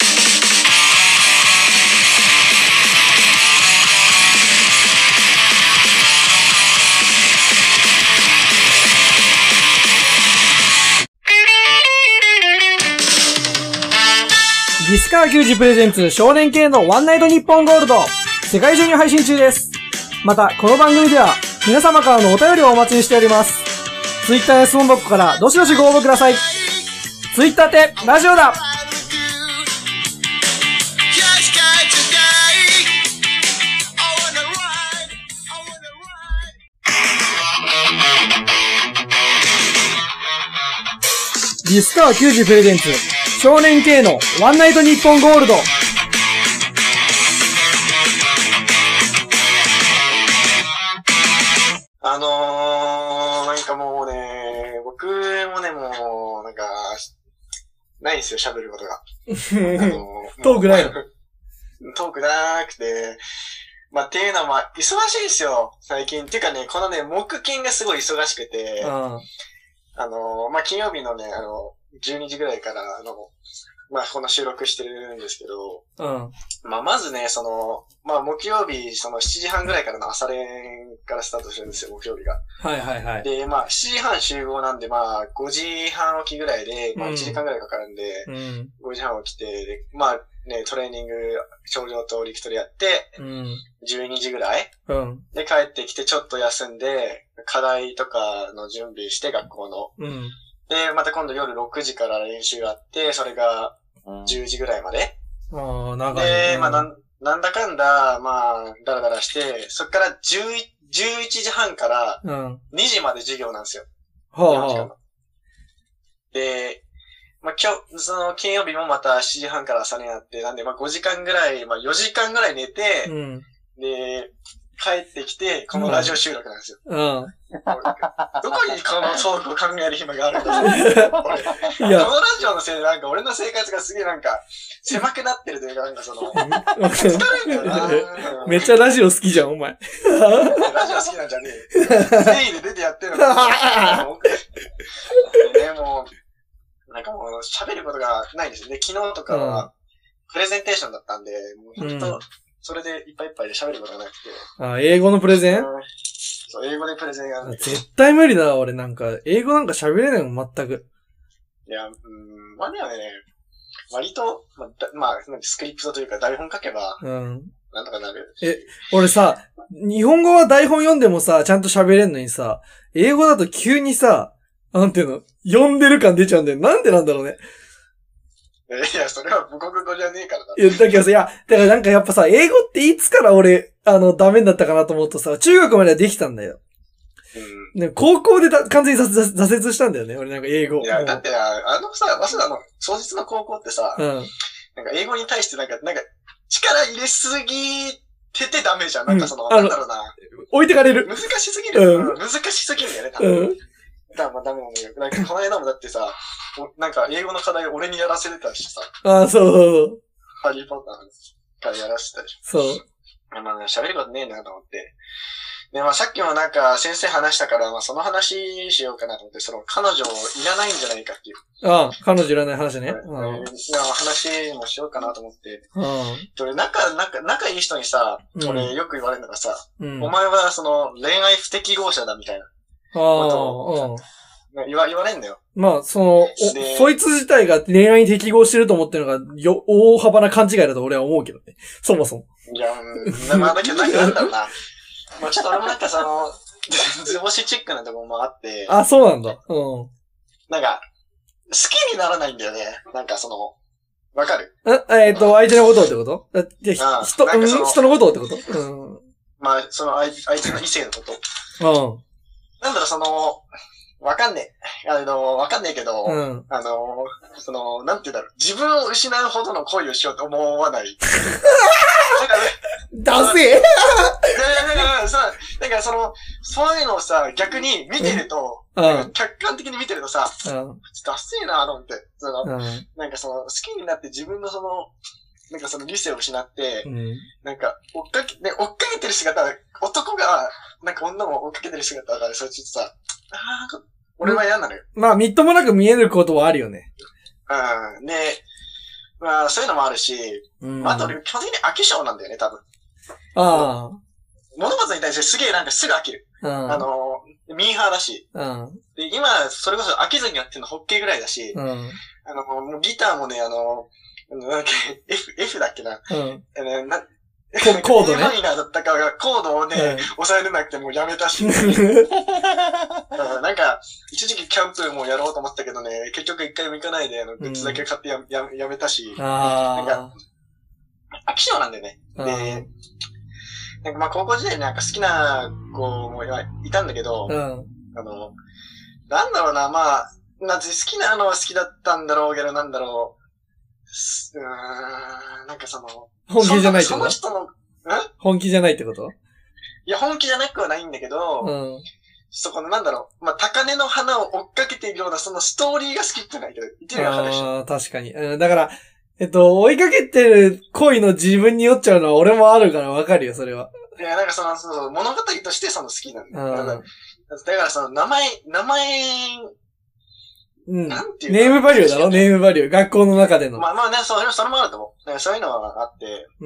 ディスカー球児プレゼンツ少年系のワンナイトニッポンゴールド世界中に配信中です。またこの番組では皆様からのお便りをお待ちしております。ツイッターや質問箱からどしどしご応募ください。ツイッターってラジオだ。ディスカー球児プレゼンツ少年系のワンナイトニッポンゴールド。 あのー、なんかもうね、僕もね、もう、なんか、ないんですよ、喋ることが。あのー、トークないのトークなくて、まあ、っていうのは、まあ、忙しいですよ、最近。っていうかね、このね、木金がすごい忙しくて、ああの、まあ、金曜日のね、あの、じゅうにじぐらいから、あの、まあ、この収録してるんですけど、 うん。 まあ、まずね、その、まあ、木曜日、そのしちじはんぐらいからの朝練からスタートしてるんですよ、木曜日が。 はいはいはい。 で、まあ、しちじはん集合なんで、まあ、ごじはん起きぐらいで、まあ、いちじかんぐらいかかるんで、 うん、 ごじはん起きて、で、まあ、ね、トレーニング、頂上と陸トレやって、うん、じゅうにじぐらい、うん、で、帰ってきてちょっと休んで、課題とかの準備して、学校の。うん、で、また今度夜ろくじから練習あって、それがじゅうじぐらいまで。ああ、長いね。で、まあなん、なんだかんだ、まあ、だらだらして、そっからじゅういちじはんからにじまで授業なんですよ。うん、はあ、で、まあ今日、その金曜日もまたしちじはんから朝練あって、なんでまあごじかんぐらい、まあよじかんぐらい寝て、うん、で、帰ってきて、このラジオ収録なんですよ。うん。どこにこのトークを考える暇があるんだろう俺。いやこのラジオのせいでなんか俺の生活がすげえなんか狭くなってるというかなんかその、疲れるんだよな。 めっちゃラジオ好きじゃん、お前。 ラジオ好きなんじゃねえよ。全員で出てやってるのに。でも、なんかもう喋ることがないんですよね。昨日とかはプレゼンテーションだったんで、もう本当、うんそれでいっぱいいっぱいで喋ることがなくて。 あ、英語のプレゼン、うん、 そう、英語でプレゼンが、ね。 絶対無理だ、俺なんか。英語なんか喋れないもん、全く。 いや、うん、まあでもね、割と、まあ、まあ、スクリプトというか台本書けば、うん。なんとかなる。 え、俺さ、日本語は台本読んでもさ、ちゃんと喋れんのにさ、英語だと急にさ、なんていうの、読んでる感出ちゃうんだよ。なんでなんだろうね。 いや、それは母国語じゃねえからだ。 いや、だけどさ、いや、だからなんかやっぱさ、英語っていつから俺、あの、ダメになったかなと思うとさ、中学まではできたんだよ。うん。ね、高校でだ完全に挫折したんだよね、俺なんか英語。 いや、だってあのさ、早稲田の、創実の高校ってさ、うん。なんか英語に対してなんか、なんか、力入れすぎててダメじゃん。なんかその、うん、なんだろうな。 置いてかれる。 難しすぎる。うん。難しすぎるんだよね、多分。うん。だまあダメなんだよ。なんかこの間もだってさ、なんか英語の課題俺にやらせてたしさ。 ああ、そうそうそう。 ハリーポッターからやらせてたでしょ。 そう。 まあ喋ることねえなと思って。で、まあさっきもなんか先生話したから、まあその話しようかなと思って、その彼女いらないんじゃないかっていう。 ああ、彼女いらない話ね。 うん。うん、話もしようかなと思って。うん。俺仲、仲、仲いい人にさ、俺よく言われるのがさ、うん、お前はその恋愛不適合者だみたいな。ああ、うん。言わ、言われんだよ。 まあ、その、そいつ自体が恋愛に適合してると思ってるのが、よ、大幅な勘違いだと俺は思うけどね。そもそも。 いや、うん、まあ、だけどなんかなんだろうな。まあ、ちょっと俺もなんかその、図星チックなところもあって。 あ、そうなんだ。うん。 なんか、好きにならないんだよね。なんかその、わかる？ え、えっと、相手のことってこと？で、人、人のことってこと？うん。 まあ、その相手の異性のこと。うん。なんだろう、その、わかんねえ。あの、わかんねえけど、うん、あの、その、なんて言うんだろう。自分を失うほどの恋をしようと思わない。 だせえいやいやいや、さ、だからその、そういうのをさ、逆に見てると、うん、客観的に見てるとさ、うん、だせえなと思って、その、うん、なんかその、好きになって自分のその、なんかその理性を失って、うん、なんか、追っかけ、ね、追っかけてる姿、男が、なんか女も追っかけてる姿が、それちょっとさ、ああ、俺は嫌なのよ。 まあ、みっともなく見えることはあるよね。 うん。で、まあ、そういうのもあるし、うん、まあ、あと俺、基本的に飽き性なんだよね、多分。ああ。物事に対してすげえなんかすぐ飽きる。うん、あの、ミーハーだし。うん、で、今、それこそ飽きずにやってるのホッケーぐらいだし、うん、あの、もうギターもね、あの、なんか F、F だっけな。うん。あのなコードね。 マイナーだったから、コードをね、うん、抑えれなくてもうやめたし、ね。なんか、一時期キャンプもやろうと思ったけどね、結局一回も行かないで、あの、グッズだけ買ってや、うん、や, やめたし、なんか、飽き性なんだよね。で、なんかまあ高校時代になんか好きな子もいたんだけど、うん、あの、なんだろうな、まあ、なんて好きなのは好きだったんだろうけど、なんだろう、うーん、なんかその、 本気じゃないってこと？ その人の、ん？ 本気じゃないってこと？ いや、本気じゃなくはないんだけど、うん、そこのなんだろう、まあ、高嶺の花を追っかけているようなそのストーリーが好きってないけど、言ってるわかるでしょ。 ああ、確かに。うん、だから、えっと、追いかけてる恋の自分に酔っちゃうのは俺もあるからわかるよ、それは。 いや、なんかその、その物語としてその好きなんだよ。だから、だからその名前、名前うん。 なんていうネームバリューだろネームバリュー。学校の中での。 まあまあね、それ、それもあると思う。なんかそういうのはあって。 うん。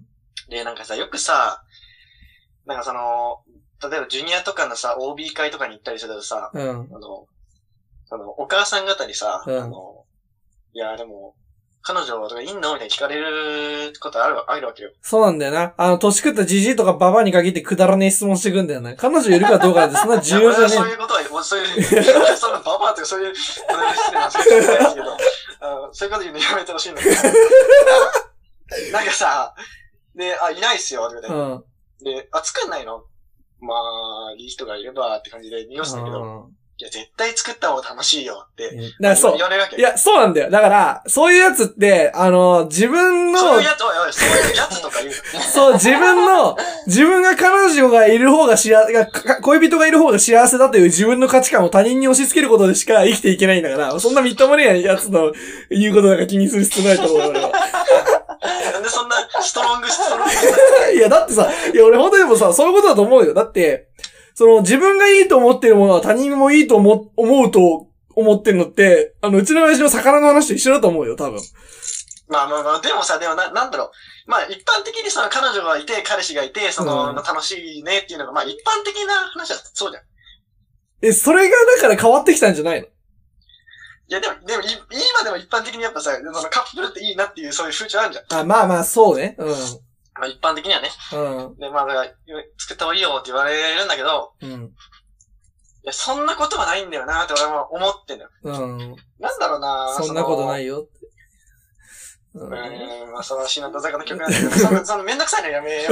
で、なんかさ、よくさ、なんかその、例えばジュニアとかのさ、オービー 会とかに行ったりするとさ、 うん。 あの、その、お母さん方にさ、 うん、 あの、いや、でも、彼女とかいんのみたいに聞かれることある、あるわけよ。 そうなんだよな。あの、年食ったジジイとかババアに限ってくだらねえ質問してくんだよね。彼女いるかどうかってそんな重要じゃねえ。 そういうことは、もうそういう、そのババアとかそういう、失礼な、そういうことはないけど、あのそういうこと言うのやめてほしいんだけど。なんかさ、で、あ、いないっすよ、って言われて。うん。で、あ、作んないのまあ、いい人がいればって感じで見ましたけど、いや、絶対作った方が楽しいよって、だからそう言われるわけ。 いや、そうなんだよ。だから、そういうやつって、あの、自分の、 そういうやつ、おいおい、そういうやつとか言う。 そう、自分の、自分が彼女がいる方が幸せ、恋人がいる方が幸せだという自分の価値観を他人に押し付けることでしか生きていけないんだから、そんなみっともねえやつの言うことなんか気にする必要ないと思う、俺は。 なんでそんなストロングストロングいや、だってさ、いや、俺本当にでもさ、そういうことだと思うよ。だって、その、自分がいいと思ってるものは他人もいいと思、思うと思ってるのって、あの、うちの親父の魚の話と一緒だと思うよ、多分。 まあまあまあ、でもさ、でもな、なんだろう。まあ、一般的にその彼女がいて、彼氏がいて、その、うん、楽しいねっていうのが、まあ、一般的な話はそうじゃん。 え、それがだから変わってきたんじゃないの？ いや、でも、でも、今でも一般的にやっぱさ、そのカップルっていいなっていう、そういう風潮あるじゃん。 あ、まあまあ、そうね。うん。 まあ一般的にはね。うん。で、まあ、作った方がいいよって言われるんだけど、うん。いや、そんなことはないんだよなって俺は思ってんだよ。うん。なんだろうなそんなことないよって。 うん、うんまあ、その、日向坂の曲なんだけど、その、そのめんどくさいのやめよう。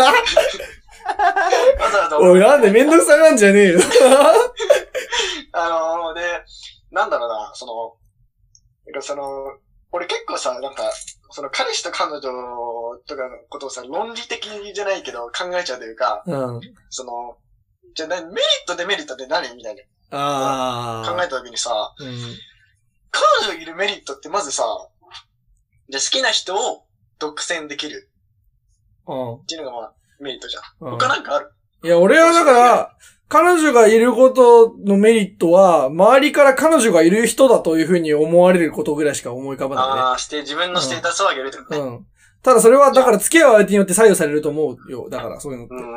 わざわざおい、なんでめんどくさいなんじゃねえよ。 あのー、で、なんだろうな、その、なんかその、俺結構さ、なんか、その彼氏と彼女とかのことをさ、論理的じゃないけど考えちゃうというか、うん、その、じゃあメリットデメリットって何みたいな。あ考えたときにさ、うん、彼女いるメリットってまずさ、じゃあ好きな人を独占できる。うん、っていうのがまあメリットじゃん。うん、他なんかある？ いや、俺はだから、彼女がいることのメリットは、周りから彼女がいる人だというふうに思われることぐらいしか思い浮かばないね。 ああ、して自分のステータスを上げるってことね。うん。 ただそれは、だから付き合う相手によって左右されると思うよ。だからそういうのって。 うん、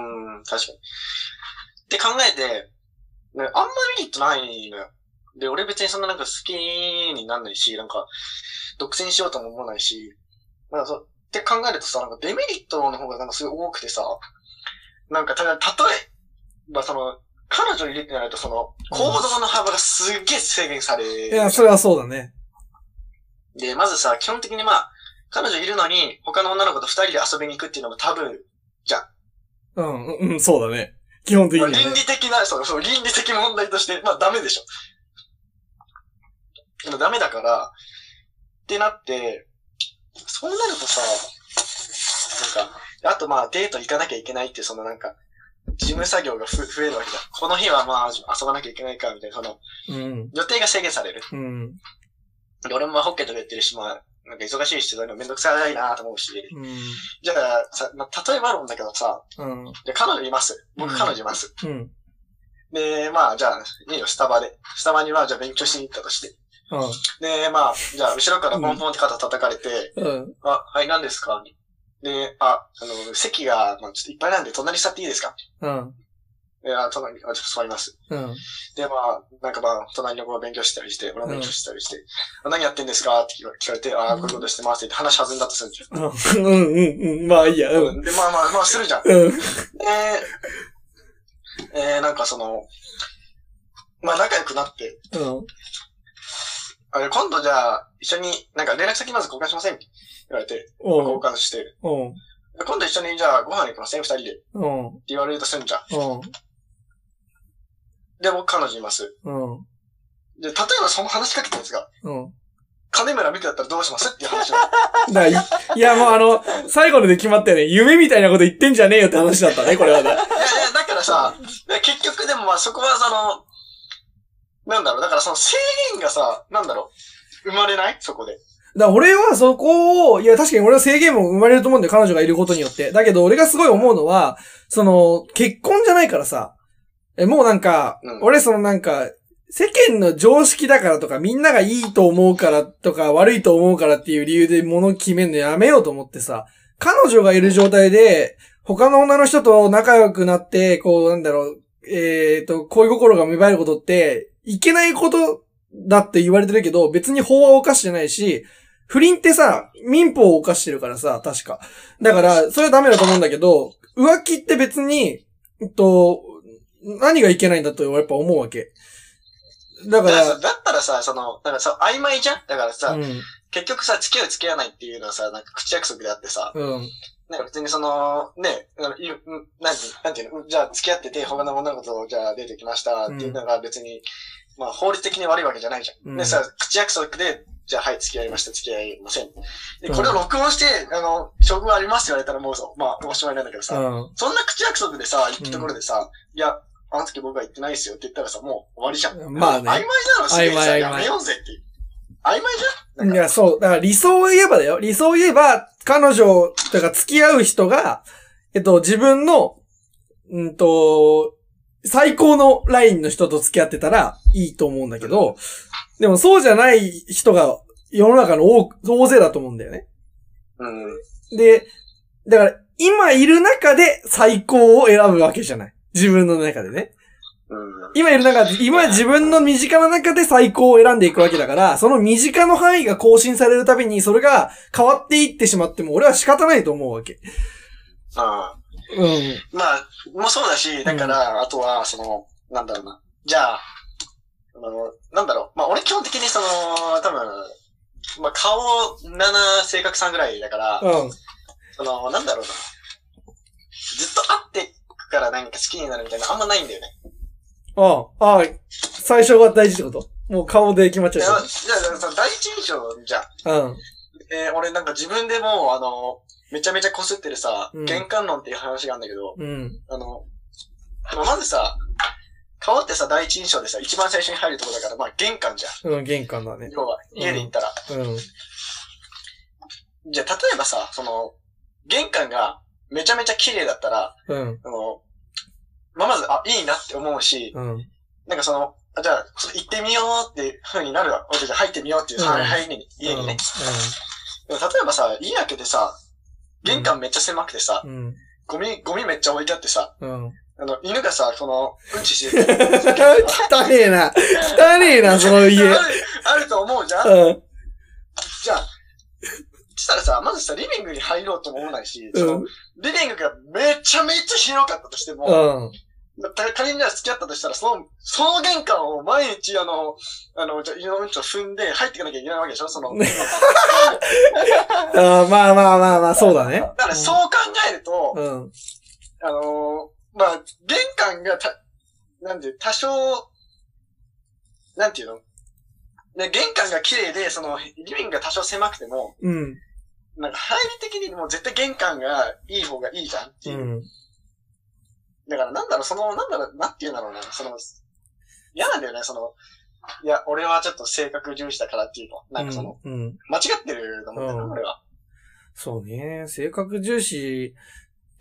確かに。って考えて、ね、あんまメリットないのよ。で、俺別にそんななんか好きになんないし、なんか、独占しようとも思わないし、なんかそう、って考えるとさ、なんかデメリットの方がなんかすごい多くてさ、なんかただ、例えばその、彼女入れてないとその、行動の幅がすっげえ制限される。 いや、それはそうだね。 で、まずさ、基本的にまあ、彼女いるのに、他の女の子と二人で遊びに行くっていうのもタブーじゃん。 うん、うん、そうだね。基本的に、ね。 まあ、倫理的な、そう、そう、倫理的問題として、まあダメでしょ。でもダメだから、ってなって、そうなるとさ、なんか、あとまあデート行かなきゃいけないっていうそのなんか、事務作業がふ増えるわけだ。この日はまあ遊ばなきゃいけないかみたいな、その、うん、予定が制限される。うん、で俺もまあホッケーとか言ってるし、まあ、なんか忙しいし、そういうのめんどくさいなと思うし、うん、じゃあさ、まあ、例えばあるんだけどさ、うん、じゃあ彼女います。僕彼女います。うん、で、まあじゃあ、いいよ、スタバで。スタバにはじゃあ勉強しに行ったとして。うん、で、まあ、じゃあ後ろからポンポンって肩叩かれて、うん、あ、はい、何ですかで、あ、あの、席が、まあ、ちょっといっぱいなんで隣座っていいですかうん。で、あ、隣に、あ、ちょっと座ります。うん。で、まあ、なんかまあ、隣の子が勉強したりして、俺も勉強したりして、うん、何やってんですかって聞かれて、あ、こういうことしてますって話弾んだとするじゃん。うん、うん、うん、まあいいや。うん。で、まあまあ、まあ、するじゃん。うん。で、えー、なんかその、まあ仲良くなって、うん。あれ、今度じゃあ、一緒に、なんか連絡先まず交換しませんって言われて、交換して、うん。今度一緒にじゃあご飯行きません二人で。うん。って言われるとすんじゃん。うん。で、僕彼女います。うん。で、例えばその話しかけたやつが、うん。金村美久だったらどうしますっていう話を。 だい, いや、もうあの、最後ので決まったよね。夢みたいなこと言ってんじゃねえよって話だったね、これはね。いやいや、 だからさ、結局でもまあそこはその、なんだろう、だからその制限がさ、なんだろう、生まれないそこで。 だから俺はそこを、いや確かに俺は制限も生まれると思うんだよ、彼女がいることによって。だけど俺がすごい思うのは、その、結婚じゃないからさ、え、もうなんか、うん、俺そのなんか、 世間の常識だからとか、みんながいいと思うからとか、悪いと思うからっていう理由で物決めるのやめようと思ってさ、彼女がいる状態で、他の女の人と仲良くなって、こう、なんだろう、えっと、恋心が芽生えることって、いけないことだって言われてるけど、別に法は犯してないし、不倫ってさ、民法を犯してるからさ、確か。だから、それはダメだと思うんだけど、浮気って別に、えっと、何がいけないんだとやっぱ思うわけ。だから。 だったらさ、その、なんかさ、曖昧じゃんだからさ、うん、結局さ、付き合う付き合わないっていうのはさ、なんか口約束であってさ、うん、なんか別にその、ね、なんて、なんていうの、じゃあ付き合ってて他の女の子とじゃあ出てきましたっていうのが別に、うん、まあ法律的に悪いわけじゃないじゃん。うん、でさ、口約束で、じゃあはい、付き合いました、付き合いません。で、これを録音して、あの、証拠がありますって言われたらもうそう、まあ、おしまいなんだけどさ、うん、そんな口約束でさ、言ったところでさ、うん、いや、あの時僕は言ってないですよって言ったらさ、もう終わりじゃん。まあね。曖昧なのすげえさ、やめようぜっていう。曖昧じゃんいや、そう。だから理想を言えばだよ。理想を言えば、彼女とか付き合う人が、えっと、自分の、うんと、最高のラインの人と付き合ってたらいいと思うんだけど、でもそうじゃない人が世の中の大、大勢だと思うんだよね。うん。で、だから今いる中で最高を選ぶわけじゃない。自分の中でね。うん、今いる中で、今自分の身近な中で最高を選んでいくわけだから、その身近の範囲が更新されるたびにそれが変わっていってしまっても俺は仕方ないと思うわけ。 ああ。うん。まあ、もうそうだし、だから、うん、あとは、その、なんだろうな。じゃあ、あの、なんだろう。まあ俺基本的にその、多分、まあ顔なな、性格さんぐらいだから、うん。その、なんだろうな。ずっと会ってからなんか好きになるみたいなあんまないんだよね。 ああ、ああ、最初が大事ってこと？もう顔で決まっちゃう。いや、 じゃあ、第一印象じゃん。うん。えー、俺なんか自分でも、あの、めちゃめちゃ擦ってるさ、うん、玄関論っていう話があるんだけど、うん。あの、まずさ、顔ってさ、第一印象でさ、一番最初に入るところだから、まあ玄関じゃん。 うん、玄関だね。 要は、家で行ったら。うん。うん、じゃあ、例えばさ、その、玄関がめちゃめちゃ綺麗だったら、うん。あの、まあ、まず、あ、いいなって思うし、うん。なんかその、あじゃあ、行ってみようって風になるわ。じゃあ入ってみようっていう、うん、入りに、家にね。うん。うん、でも例えばさ、家開けてさ、玄関めっちゃ狭くてさ、うん、ゴミ、ゴミめっちゃ置いてあってさ、うん、あの、犬がさ、この、うんちしてる。 汚ねえな。汚ねえな、その家。 ある、あると思うじゃん、うん、じゃあ、そしたらさ、まずさ、リビングに入ろうとも思わないし、うん、その、リビングがめちゃめちゃ広かったとしても、うん仮にじゃあ付き合ったとしたら、その、その玄関を毎日あの、あの、じゃ、犬のうんちを踏んで入っていかなきゃいけないわけでしょその。 あまあまあまあまあ、そうだね。 だからそう考えると、うん、あのー、まあ、玄関がた、なんで、多少、なんていうので玄関が綺麗で、その、リビングが多少狭くても、うん、なんか入り的にもう絶対玄関がいい方がいいじゃんっていう。うんだからなんだろう、その、なんだろう、なんていうんだろうね、その、嫌なんだよね、その、いや、俺はちょっと性格重視だからっていうの。なんかその、うんうん、間違ってると思うんだよな、うん、俺は。 そうね、性格重視って、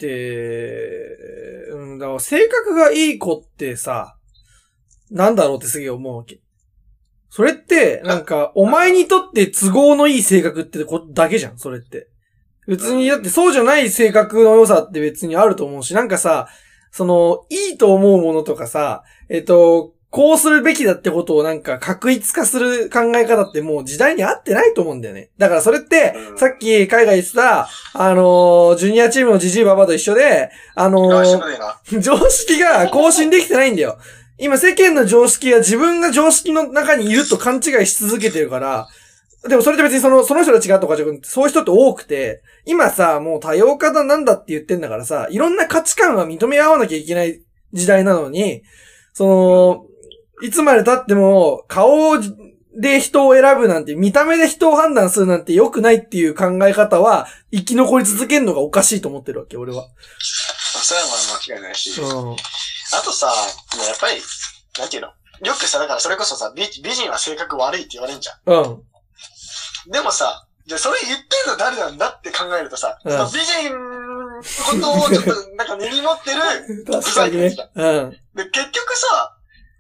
うん、だから性格がいい子ってさ、なんだろうってすげえ思うわけ。それって、なんか、お前にとって都合のいい性格ってことだけじゃん、それって。別に、だってそうじゃない性格の良さって別にあると思うし、なんかさ、その、いいと思うものとかさ、えっと、こうするべきだってことをなんか確一化する考え方ってもう時代に合ってないと思うんだよね。だからそれって、さっき海外言ってた、あのー、ジュニアチームのジジイババと一緒で、あのー、常識が更新できてないんだよ。今世間の常識が自分が常識の中にいると勘違いし続けてるから、でもそれって別にその、その人たちがとかじゃなくて、そういう人って多くて、今さ、もう多様化だなんだって言ってんだからさ、いろんな価値観は認め合わなきゃいけない時代なのに、その、いつまで経っても顔で人を選ぶなんて、見た目で人を判断するなんて良くないっていう考え方は、生き残り続けるのがおかしいと思ってるわけ、俺は。 それはまあ間違いないし。うん、あとさ、もうやっぱり、なんていうのよくさ、だからそれこそさ、美, 美人は性格悪いって言われんじゃん。うん。でもさ、じゃそれ言ってるの誰なんだって考えるとさ、うん、その美人ことをちょっとなんか根に持ってる確かにね。うん。 で、結局さ、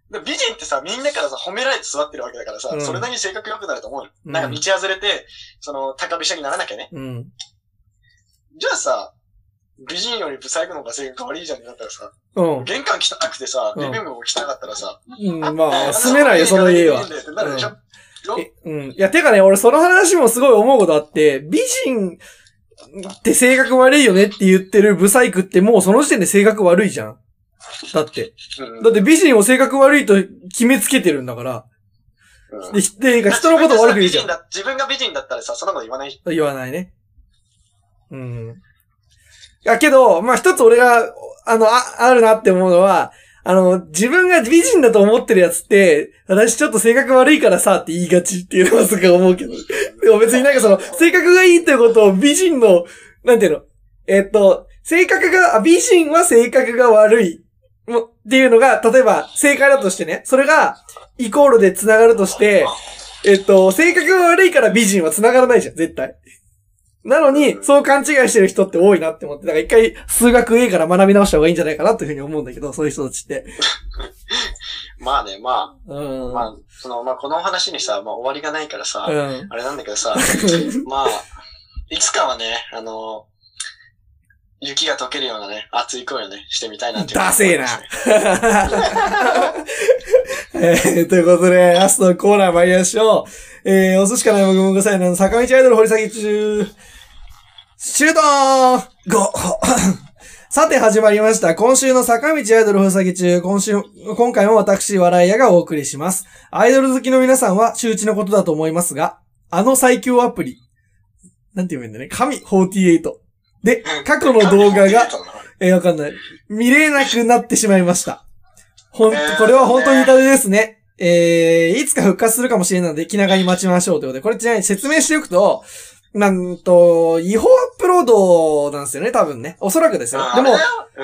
美人ってさ、みんなからさ、褒められて育ってるわけだからさ、うん、それなりに性格良くなると思うよ。うん、なんか道外れて、その、高飛車にならなきゃね。うん。じゃあさ、美人よりブサイクの方が性格悪いじゃんってなったらさ、うん。玄関汚くてさ、リビングも汚かったらさ、 うん、まあ、住めないよ、その家は。ってなるでしょ、うん。うん。いや、てかね、俺その話もすごい思うことあって、美人って性格悪いよねって言ってるブサイクってもうその時点で性格悪いじゃん。だって。うん、だって美人を性格悪いと決めつけてるんだから。うん、で、で、なんか人のこと悪く言うじゃん。 自分が美人だったらさ、そんなこと言わない。 言わないね。うん。いや、けど、まあ、一つ俺が、あの、あ、あるなって思うのは、あの、自分が美人だと思ってるやつって、私ちょっと性格悪いからさって言いがちっていうのはすごい思うけど。でも別になんかその、性格がいいってことを美人の、なんていうのえっと、性格が、美人は性格が悪い。もっていうのが、例えば、正解だとしてね、それが、イコールで繋がるとして、えっと、性格が悪いから美人は繋がらないじゃん、絶対。なのに、そう勘違いしてる人って多いなって思って、だから一回、数学 A から学び直した方がいいんじゃないかなっていうふうに思うんだけど、そういう人たちって。 まあね、まあ、うん、まあ、その、まあ、この話にさ、まあ、終わりがないからさ、うん、あれなんだけどさ、まあ、いつかはね、あの、雪が溶けるようなね、熱い声をね、してみたいなっていう、ね。 ダセーな。えー、ということで、ラストのコーナー参りましょう。えー、お寿司かなもぐもぐさいの坂道アイドル掘り下げ中。シュートーゴさて始まりました。今週の坂道アイドル掘り下げ中。今週、今回も私、笑い屋がお送りします。アイドル好きの皆さんは周知のことだと思いますが、あの最強アプリ、なんて言うんだね、神よんじゅうはち。で、過去の動画が、えー、わかんない。見れなくなってしまいました。ほんと、これは本当に痛手ですね。えー、いつか復活するかもしれないので、気長に待ちましょうということで、これちなみに説明しておくと、なんと、違法アップロードなんですよね、多分ね。おそらくですよ。でも、 うん、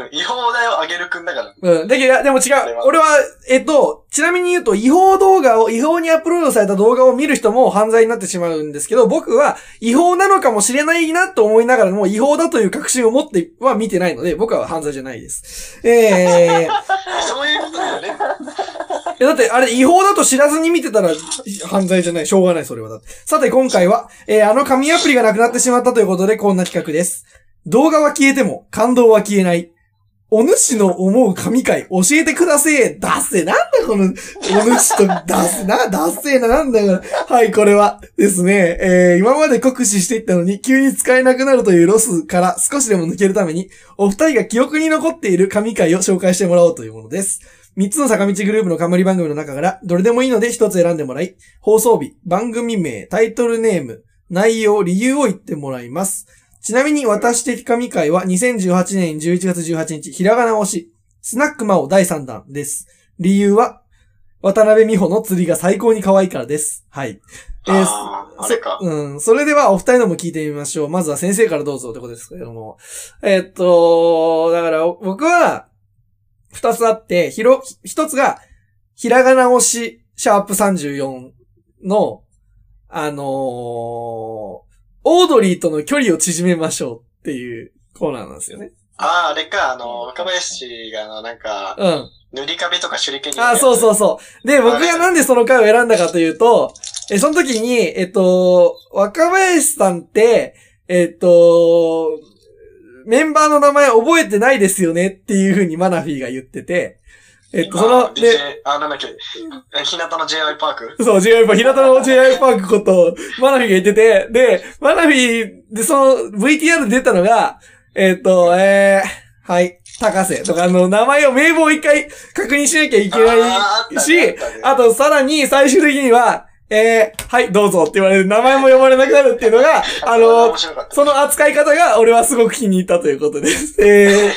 違法だよ、あげるくんだから。 うん。だけど、でも違う。俺は、えっと、ちなみに言うと、違法動画を、違法にアップロードされた動画を見る人も犯罪になってしまうんですけど、僕は違法なのかもしれないなと思いながらも、違法だという確信を持っては見てないので、僕は犯罪じゃないです。えー。 そういうことだよね。 だって、あれ、違法だと知らずに見てたら、犯罪じゃない。しょうがない、それはだって。さて、今回は、えー、あの紙アプリがなくなってしまったということで、こんな企画です。動画は消えても、感動は消えない。お主の思う神回、教えてくだせえ。だっせ、なんだこの、お主と、だっせ、な、だっせな、なんだよ。はい、これは、ですね、えー、今まで酷使していったのに、急に使えなくなるというロスから少しでも抜けるために、お二人が記憶に残っている神回を紹介してもらおうというものです。三つの坂道グループの冠番組の中から、どれでもいいので一つ選んでもらい、放送日、番組名、タイトルネーム、内容、理由を言ってもらいます。ちなみに私的神回はにせんじゅうはちねんじゅういちがつじゅうはちにち、ひらがな推し、スナックマオだいさんだんです。理由は、渡辺美穂の釣りが最高に可愛いからです。はい。 えー、ああれか。 うん。それではお二人のも聞いてみましょう。まずは先生からどうぞってことですけれども。えー、っと、だから僕は、二つあって、ひろ、一つが、ひらがな推し、シャープさんじゅうよんの、あのー、オードリーとの距離を縮めましょうっていうコーナーなんですよね。 ああ、あれか、あの、若林があの、なんか、うん。塗り壁とか手裏剣に。 ああ、そうそうそう。で、僕がなんでその回を選んだかというと、え、その時に、えっと、若林さんって、えっと、メンバーの名前覚えてないですよねっていう風にマナフィーが言ってて、えっと、その、 で、あ、なんだっけ、ひなたの ジェイアイ パークそう、ジェイアイ パーク、ひなたの ジェイアイ パークこと、マナフィーが言ってて、で、マナフィーで、その ブイティーアール で出たのが、えっと、えー、はい、高瀬とか、あの、名前を、名簿を一回確認しなきゃいけないし、あ, あと、さらに最終的には、えー、はい、どうぞって言われる。名前も呼ばれなくなるっていうのが、あの、その扱い方が俺はすごく気に入ったということです。えー、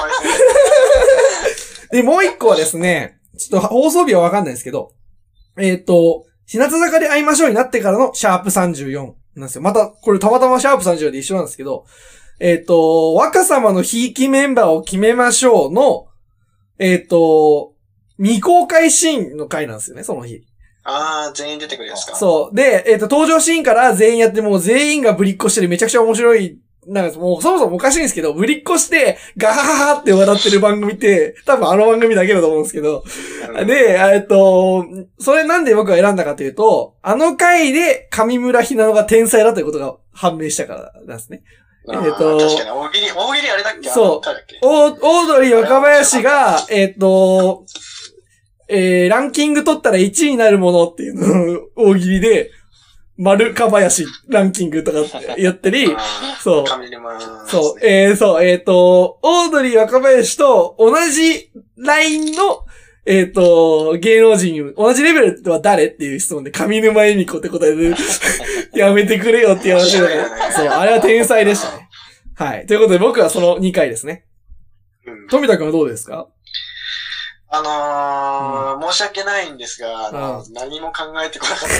で、もう一個はですね、ちょっと放送日はわかんないですけど、えっと、日向坂で会いましょうになってからのシャープさんじゅうよんなんですよ。また、これたまたまシャープさんじゅうよんで一緒なんですけど、えっと、若様のひいきメンバーを決めましょうの、えっと、未公開シーンの回なんですよね、その日。 ああ、全員出てくるやつか。 そう。で、えっと、登場シーンから全員やってもう全員がぶりっこしてるめちゃくちゃ面白いなんかもうそもそもおかしいんですけど、ぶりっこして、ガハハハって笑ってる番組って、多分あの番組だけだと思うんですけど、で、えっと、それなんで僕が選んだかというと、あの回で上村ひなのが天才だということが判明したからなんですね。 えっと、確かに、大喜利、大喜利あれだっけそう。オードリー若林が、えっと、えー、ランキング取ったらいちいになるものっていうのを大喜利で、丸かばやしランキングとかやったり、そう。そう。えー、そう、えっと、オードリー若林と同じラインの、えっと、芸能人、同じレベルは誰っていう質問で上沼恵美子って答えで、やめてくれよっていう話だね。そう、あれは天才でしたね。はい。ということで僕はそのにかいですね。うん、富田くんはどうですか？ あのーうん、申し訳ないんですが、あの、うん、何も考えてこなかった。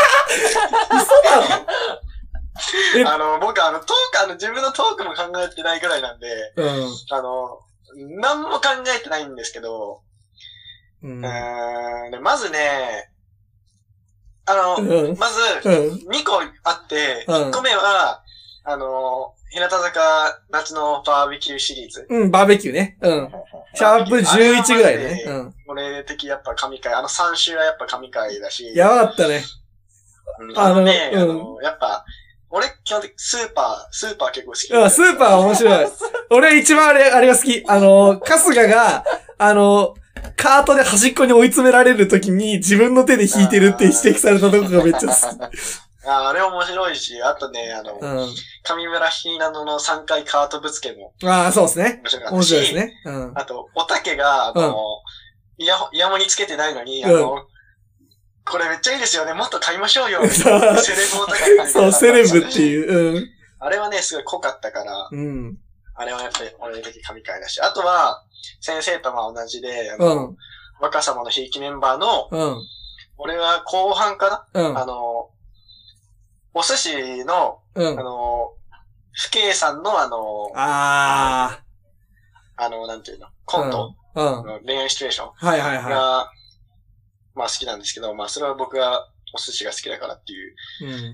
嘘だろあの、僕あの、トーク、あの、自分のトークも考えてないぐらいなんで、うん、あの、何も考えてないんですけど、うん、えー、でまずね、あの、うん、まず、にこあって、いっこめは、あの、日向坂夏のバーベキューシリーズ。 うん、バーベキューね。うん。シャープじゅういちぐらいでね。うん。 俺的やっぱ神回。あのさん週はやっぱ神回だし。 やばかったね。 あのね、あの、うん、やっぱ、俺基本的にスーパー、スーパー結構好き。 うん、スーパー面白い。俺一番あれ、あれが好き。あの、春日が、あの、カートで端っこに追い詰められるときに自分の手で引いてるって指摘されたとこがめっちゃ好き。 あ, あれ面白いし、あとね、あの、うん、上村ひなののさんかいカートぶつけも。 ああ、そうですね。 面白かったし。 面白いですね。うん、 あと、おたけが、あの、うん、イヤホ、イヤモニつけてないのに、あの、うん、これめっちゃいいですよね、もっと買いましょうよ。セレブおたけ。 そう、セレブっていう。うん。 あれはね、すごい濃かったから、うん。あれはやっぱり俺的神回だし。あとは、先生とまあ同じで、あの、うん、若様のひいきメンバーの、うん、俺は後半かな、うん、あの、お寿司の、うん、あの、不敬さんのあの、 ああ、あの、なんていうの、コント、うんうん、恋愛シチュエーションはいはいはい。 が、まあ好きなんですけど、まあそれは僕がお寿司が好きだからっていう、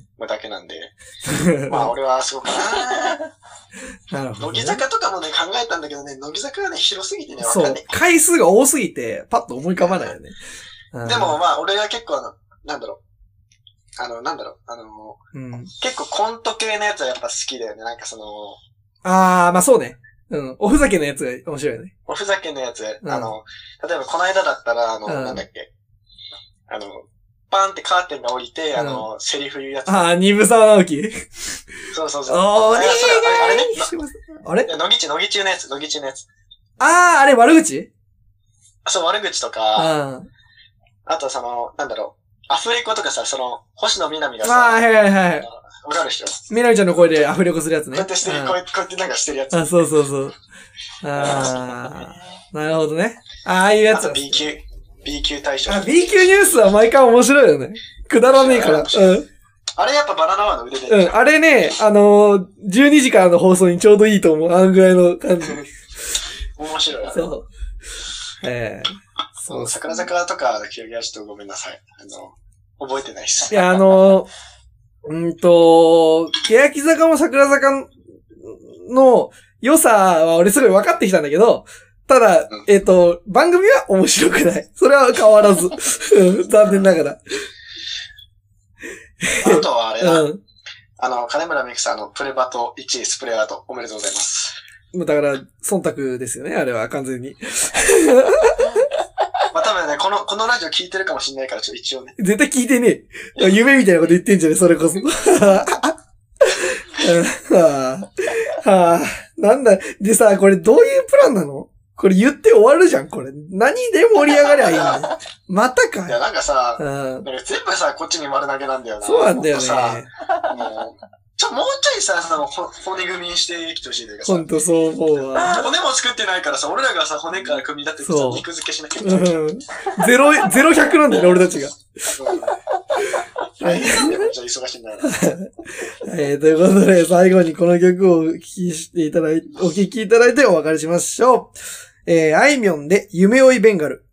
うん、だけなんで、まあ俺はそうかな。なるほど、ね。乃木坂とかもね、考えたんだけどね、乃木坂がね、広すぎてね、わかんない。 そう、回数が多すぎて、パッと思い浮かばないよね。 でもまあ俺は結構あの、なんだろう。あの、なんだろう、あの、うん、結構コント系のやつはやっぱ好きだよね。なんかその、 あー、まあそうね。うん。おふざけのやつが面白いよね。 おふざけのやつ、うん、あの、例えばこの間だったら、あの、うん、なんだっけ、あの、パーンってカーテンが降りて、うん、あの、セリフ言うやつ。 あー、ニブ沢直樹そうそうそう。 おー、ねーあれね。 あれ乃木中、乃木中のやつ、乃木中のやつ。 あー、あれ悪口そう、悪口とか、うん、あとその、なんだろう。アフレコとかさ、その、星野みなみがさ、 ああ、はいはいはい。 わかる人。 みなみちゃんの声でアフレコするやつね。 こうやってしてる、こうやってなんかしてるやつ。 あ、そうそうそう。ああ、なるほどね。ああいうやつ。 あと B 級、B 級対象。 あ、B 級ニュースは毎回面白いよね。くだらねえから。うん。 あれやっぱバナナマンの腕で。 うん、あれね、あのー、じゅうにじからの放送にちょうどいいと思う。あのぐらいの感じ。 面白い。 そう。ええー。 そう、桜坂とか、記憶はちょっとごめんなさい。あの、覚えてないっす。 いや、あの、うんと、欅坂も桜坂の良さは俺すごい分かってきたんだけど、ただ、うん、えっと、番組は面白くない。それは変わらず。残念ながら。 あとはあれだ。うん、あの、金村美久さんのプレバトいちいスプレーアートおめでとうございます。 だから、忖度ですよね、あれは完全に。 まあ多分ね、この、このラジオ聞いてるかもしんないから、ちょっと一応ね。 絶対聞いてねえ。夢みたいなこと言ってんじゃねそれこそ。はぁ、はぁ、なんだ。でさ、これどういうプランなの？これ言って終わるじゃん、これ。何で盛り上がりゃいいんだよ。またか。 いや、なんかさ、うん、なんか全部さ、こっちに丸投げなんだよな。 そうなんだよね。 もうちょ、もうちょいさ、その、骨組みにしてきてほしいというかさ。 ほんとそう思うわ。 骨も作ってないからさ、俺らがさ、骨から組み立ててさ、肉付けしなきゃいけない。 うん。ゼロ、ゼロ百なんだよね、俺たちが。 大変なんだよ、めっちゃ忙しいんだよ。 えー、ということで、最後にこの曲をお聴きしていただいて、お聴きいただいてお別れしましょう。えー、あいみょんで、夢追いベンガル。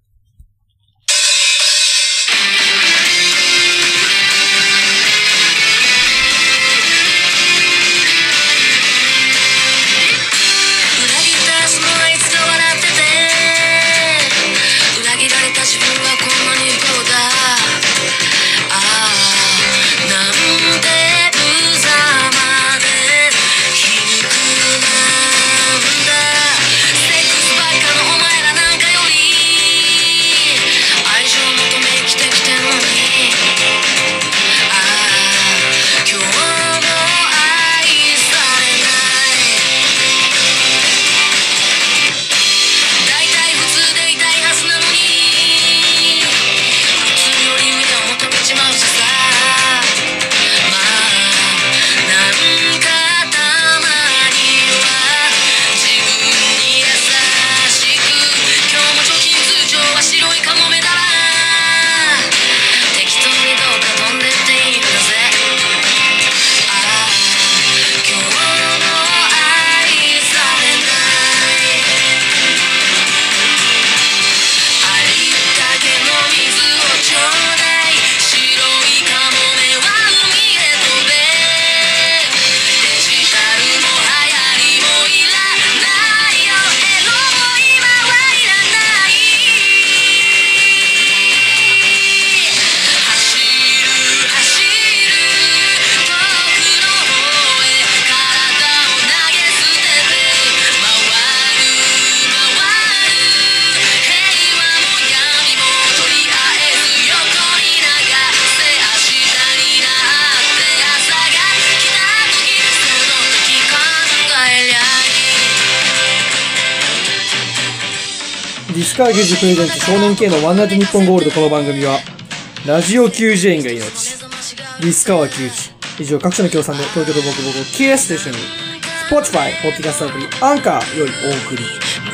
ディスカーゲージプレゼンツ少年系のワンナイトニッポンゴールド。この番組はラジオきゅうじゅうえんが命、ディスカワきゅうじ。以上各社の協賛で東京と僕僕 ケーエス と一緒に Spotify、ポッドキャストアプリ、アンカーよりお送り。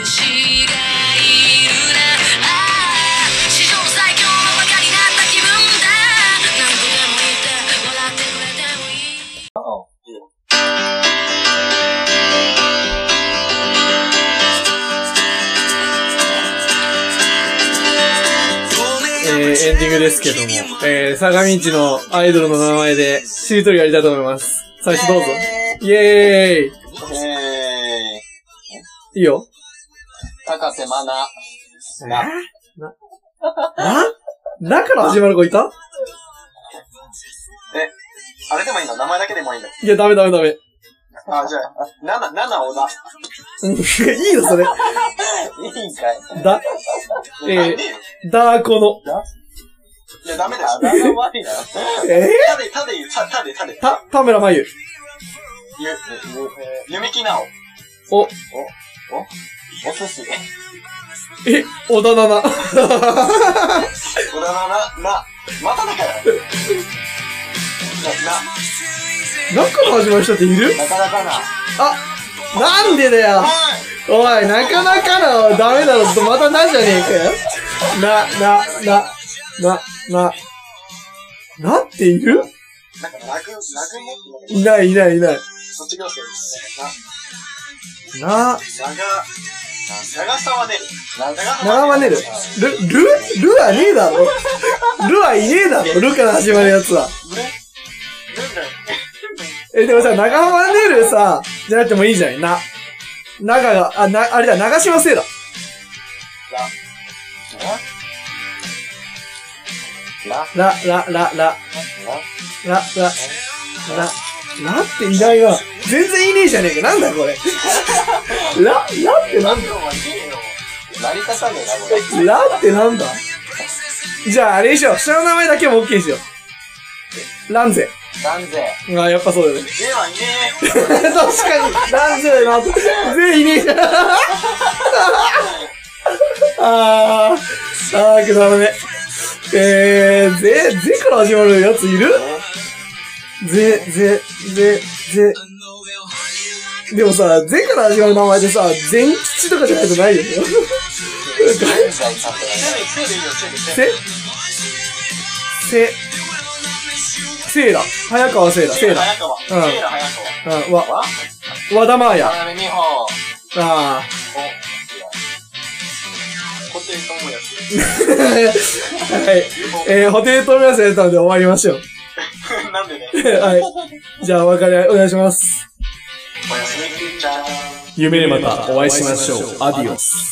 えー、エンディングですけども、えー、坂道のアイドルの名前でしりとりやりたいと思います。最初どうぞ。イェーイ。 えいいよ。 高瀬まな。 な、な、な、なから始まる子いた？ え、あれでもいいの？名前だけでもいいの？ いや、ダメダメダメ。 あ、じゃあ、なな、なな小田。 いいのそれ。 いいんかい。 だ、えー、ダーコの。 いや、ダメだよ。ダメだよ。 えー、たで、たで言う、た、たで、たで。 た、田村真由。 ゆ、ゆ、ゆみきなお。 お、お、 お、お寿司。 え、小田七。 小田な、な、な、まただから。 な、なから始まる人っている？ なかなかな。 あ、なんでだよ。おい、なかなかな、ダメだろ。またなじゃねえかよ。な、な、な、な、な、なっている？ なんか、なく、なくね？ いないいないいない。 卒業生ですね。 な、 な、長、長さは出る。 長はねる。ル、ル、ルはねえだろ。ルはいねえだろ。ルから始まるやつは。え、でもさ、長浜ねるさ、じゃなくてもいいじゃん。な。長が、あ、な、あれだ、長島聖だ。 ラ。 ラ、ラ、ラ、ラ、ラ、ラ、ラ、ラ、ラっていないわ。全然いねえじゃねえか。なんだこれ。ラ、ラってなんだ？ 成り立たねえな、これ。 ラってなんだ？じゃあ、あれにしよう。下の名前だけも OK にしよう。ランゼ。 ランゼ。 ああ、やっぱそうだよね。 ではいねえ。 確かに、ランゼな。全員いねえじゃん。あー、あー、くだらね。えー、ぜ、ぜから始まるやついる？ぜ、ぜ、ぜ、ぜ。でもさ、ぜから始まる名前でさ、全吉とかじゃないとないでしょ？せ、せ、せいら。早川せいら。せいら。 早川。せいら早川。うん、わ、和田まーや。 渡辺美穂。 ああ。 布袋寅はい。えー、布袋寅泰やったので終わりましょう。 泰。なんでね。 はい。じゃあ、お別れお願いします。 おやすみちゃん。 夢でまたお会いしましょう。アディオス。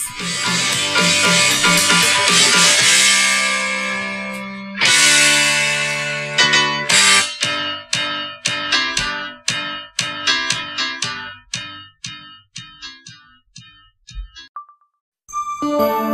「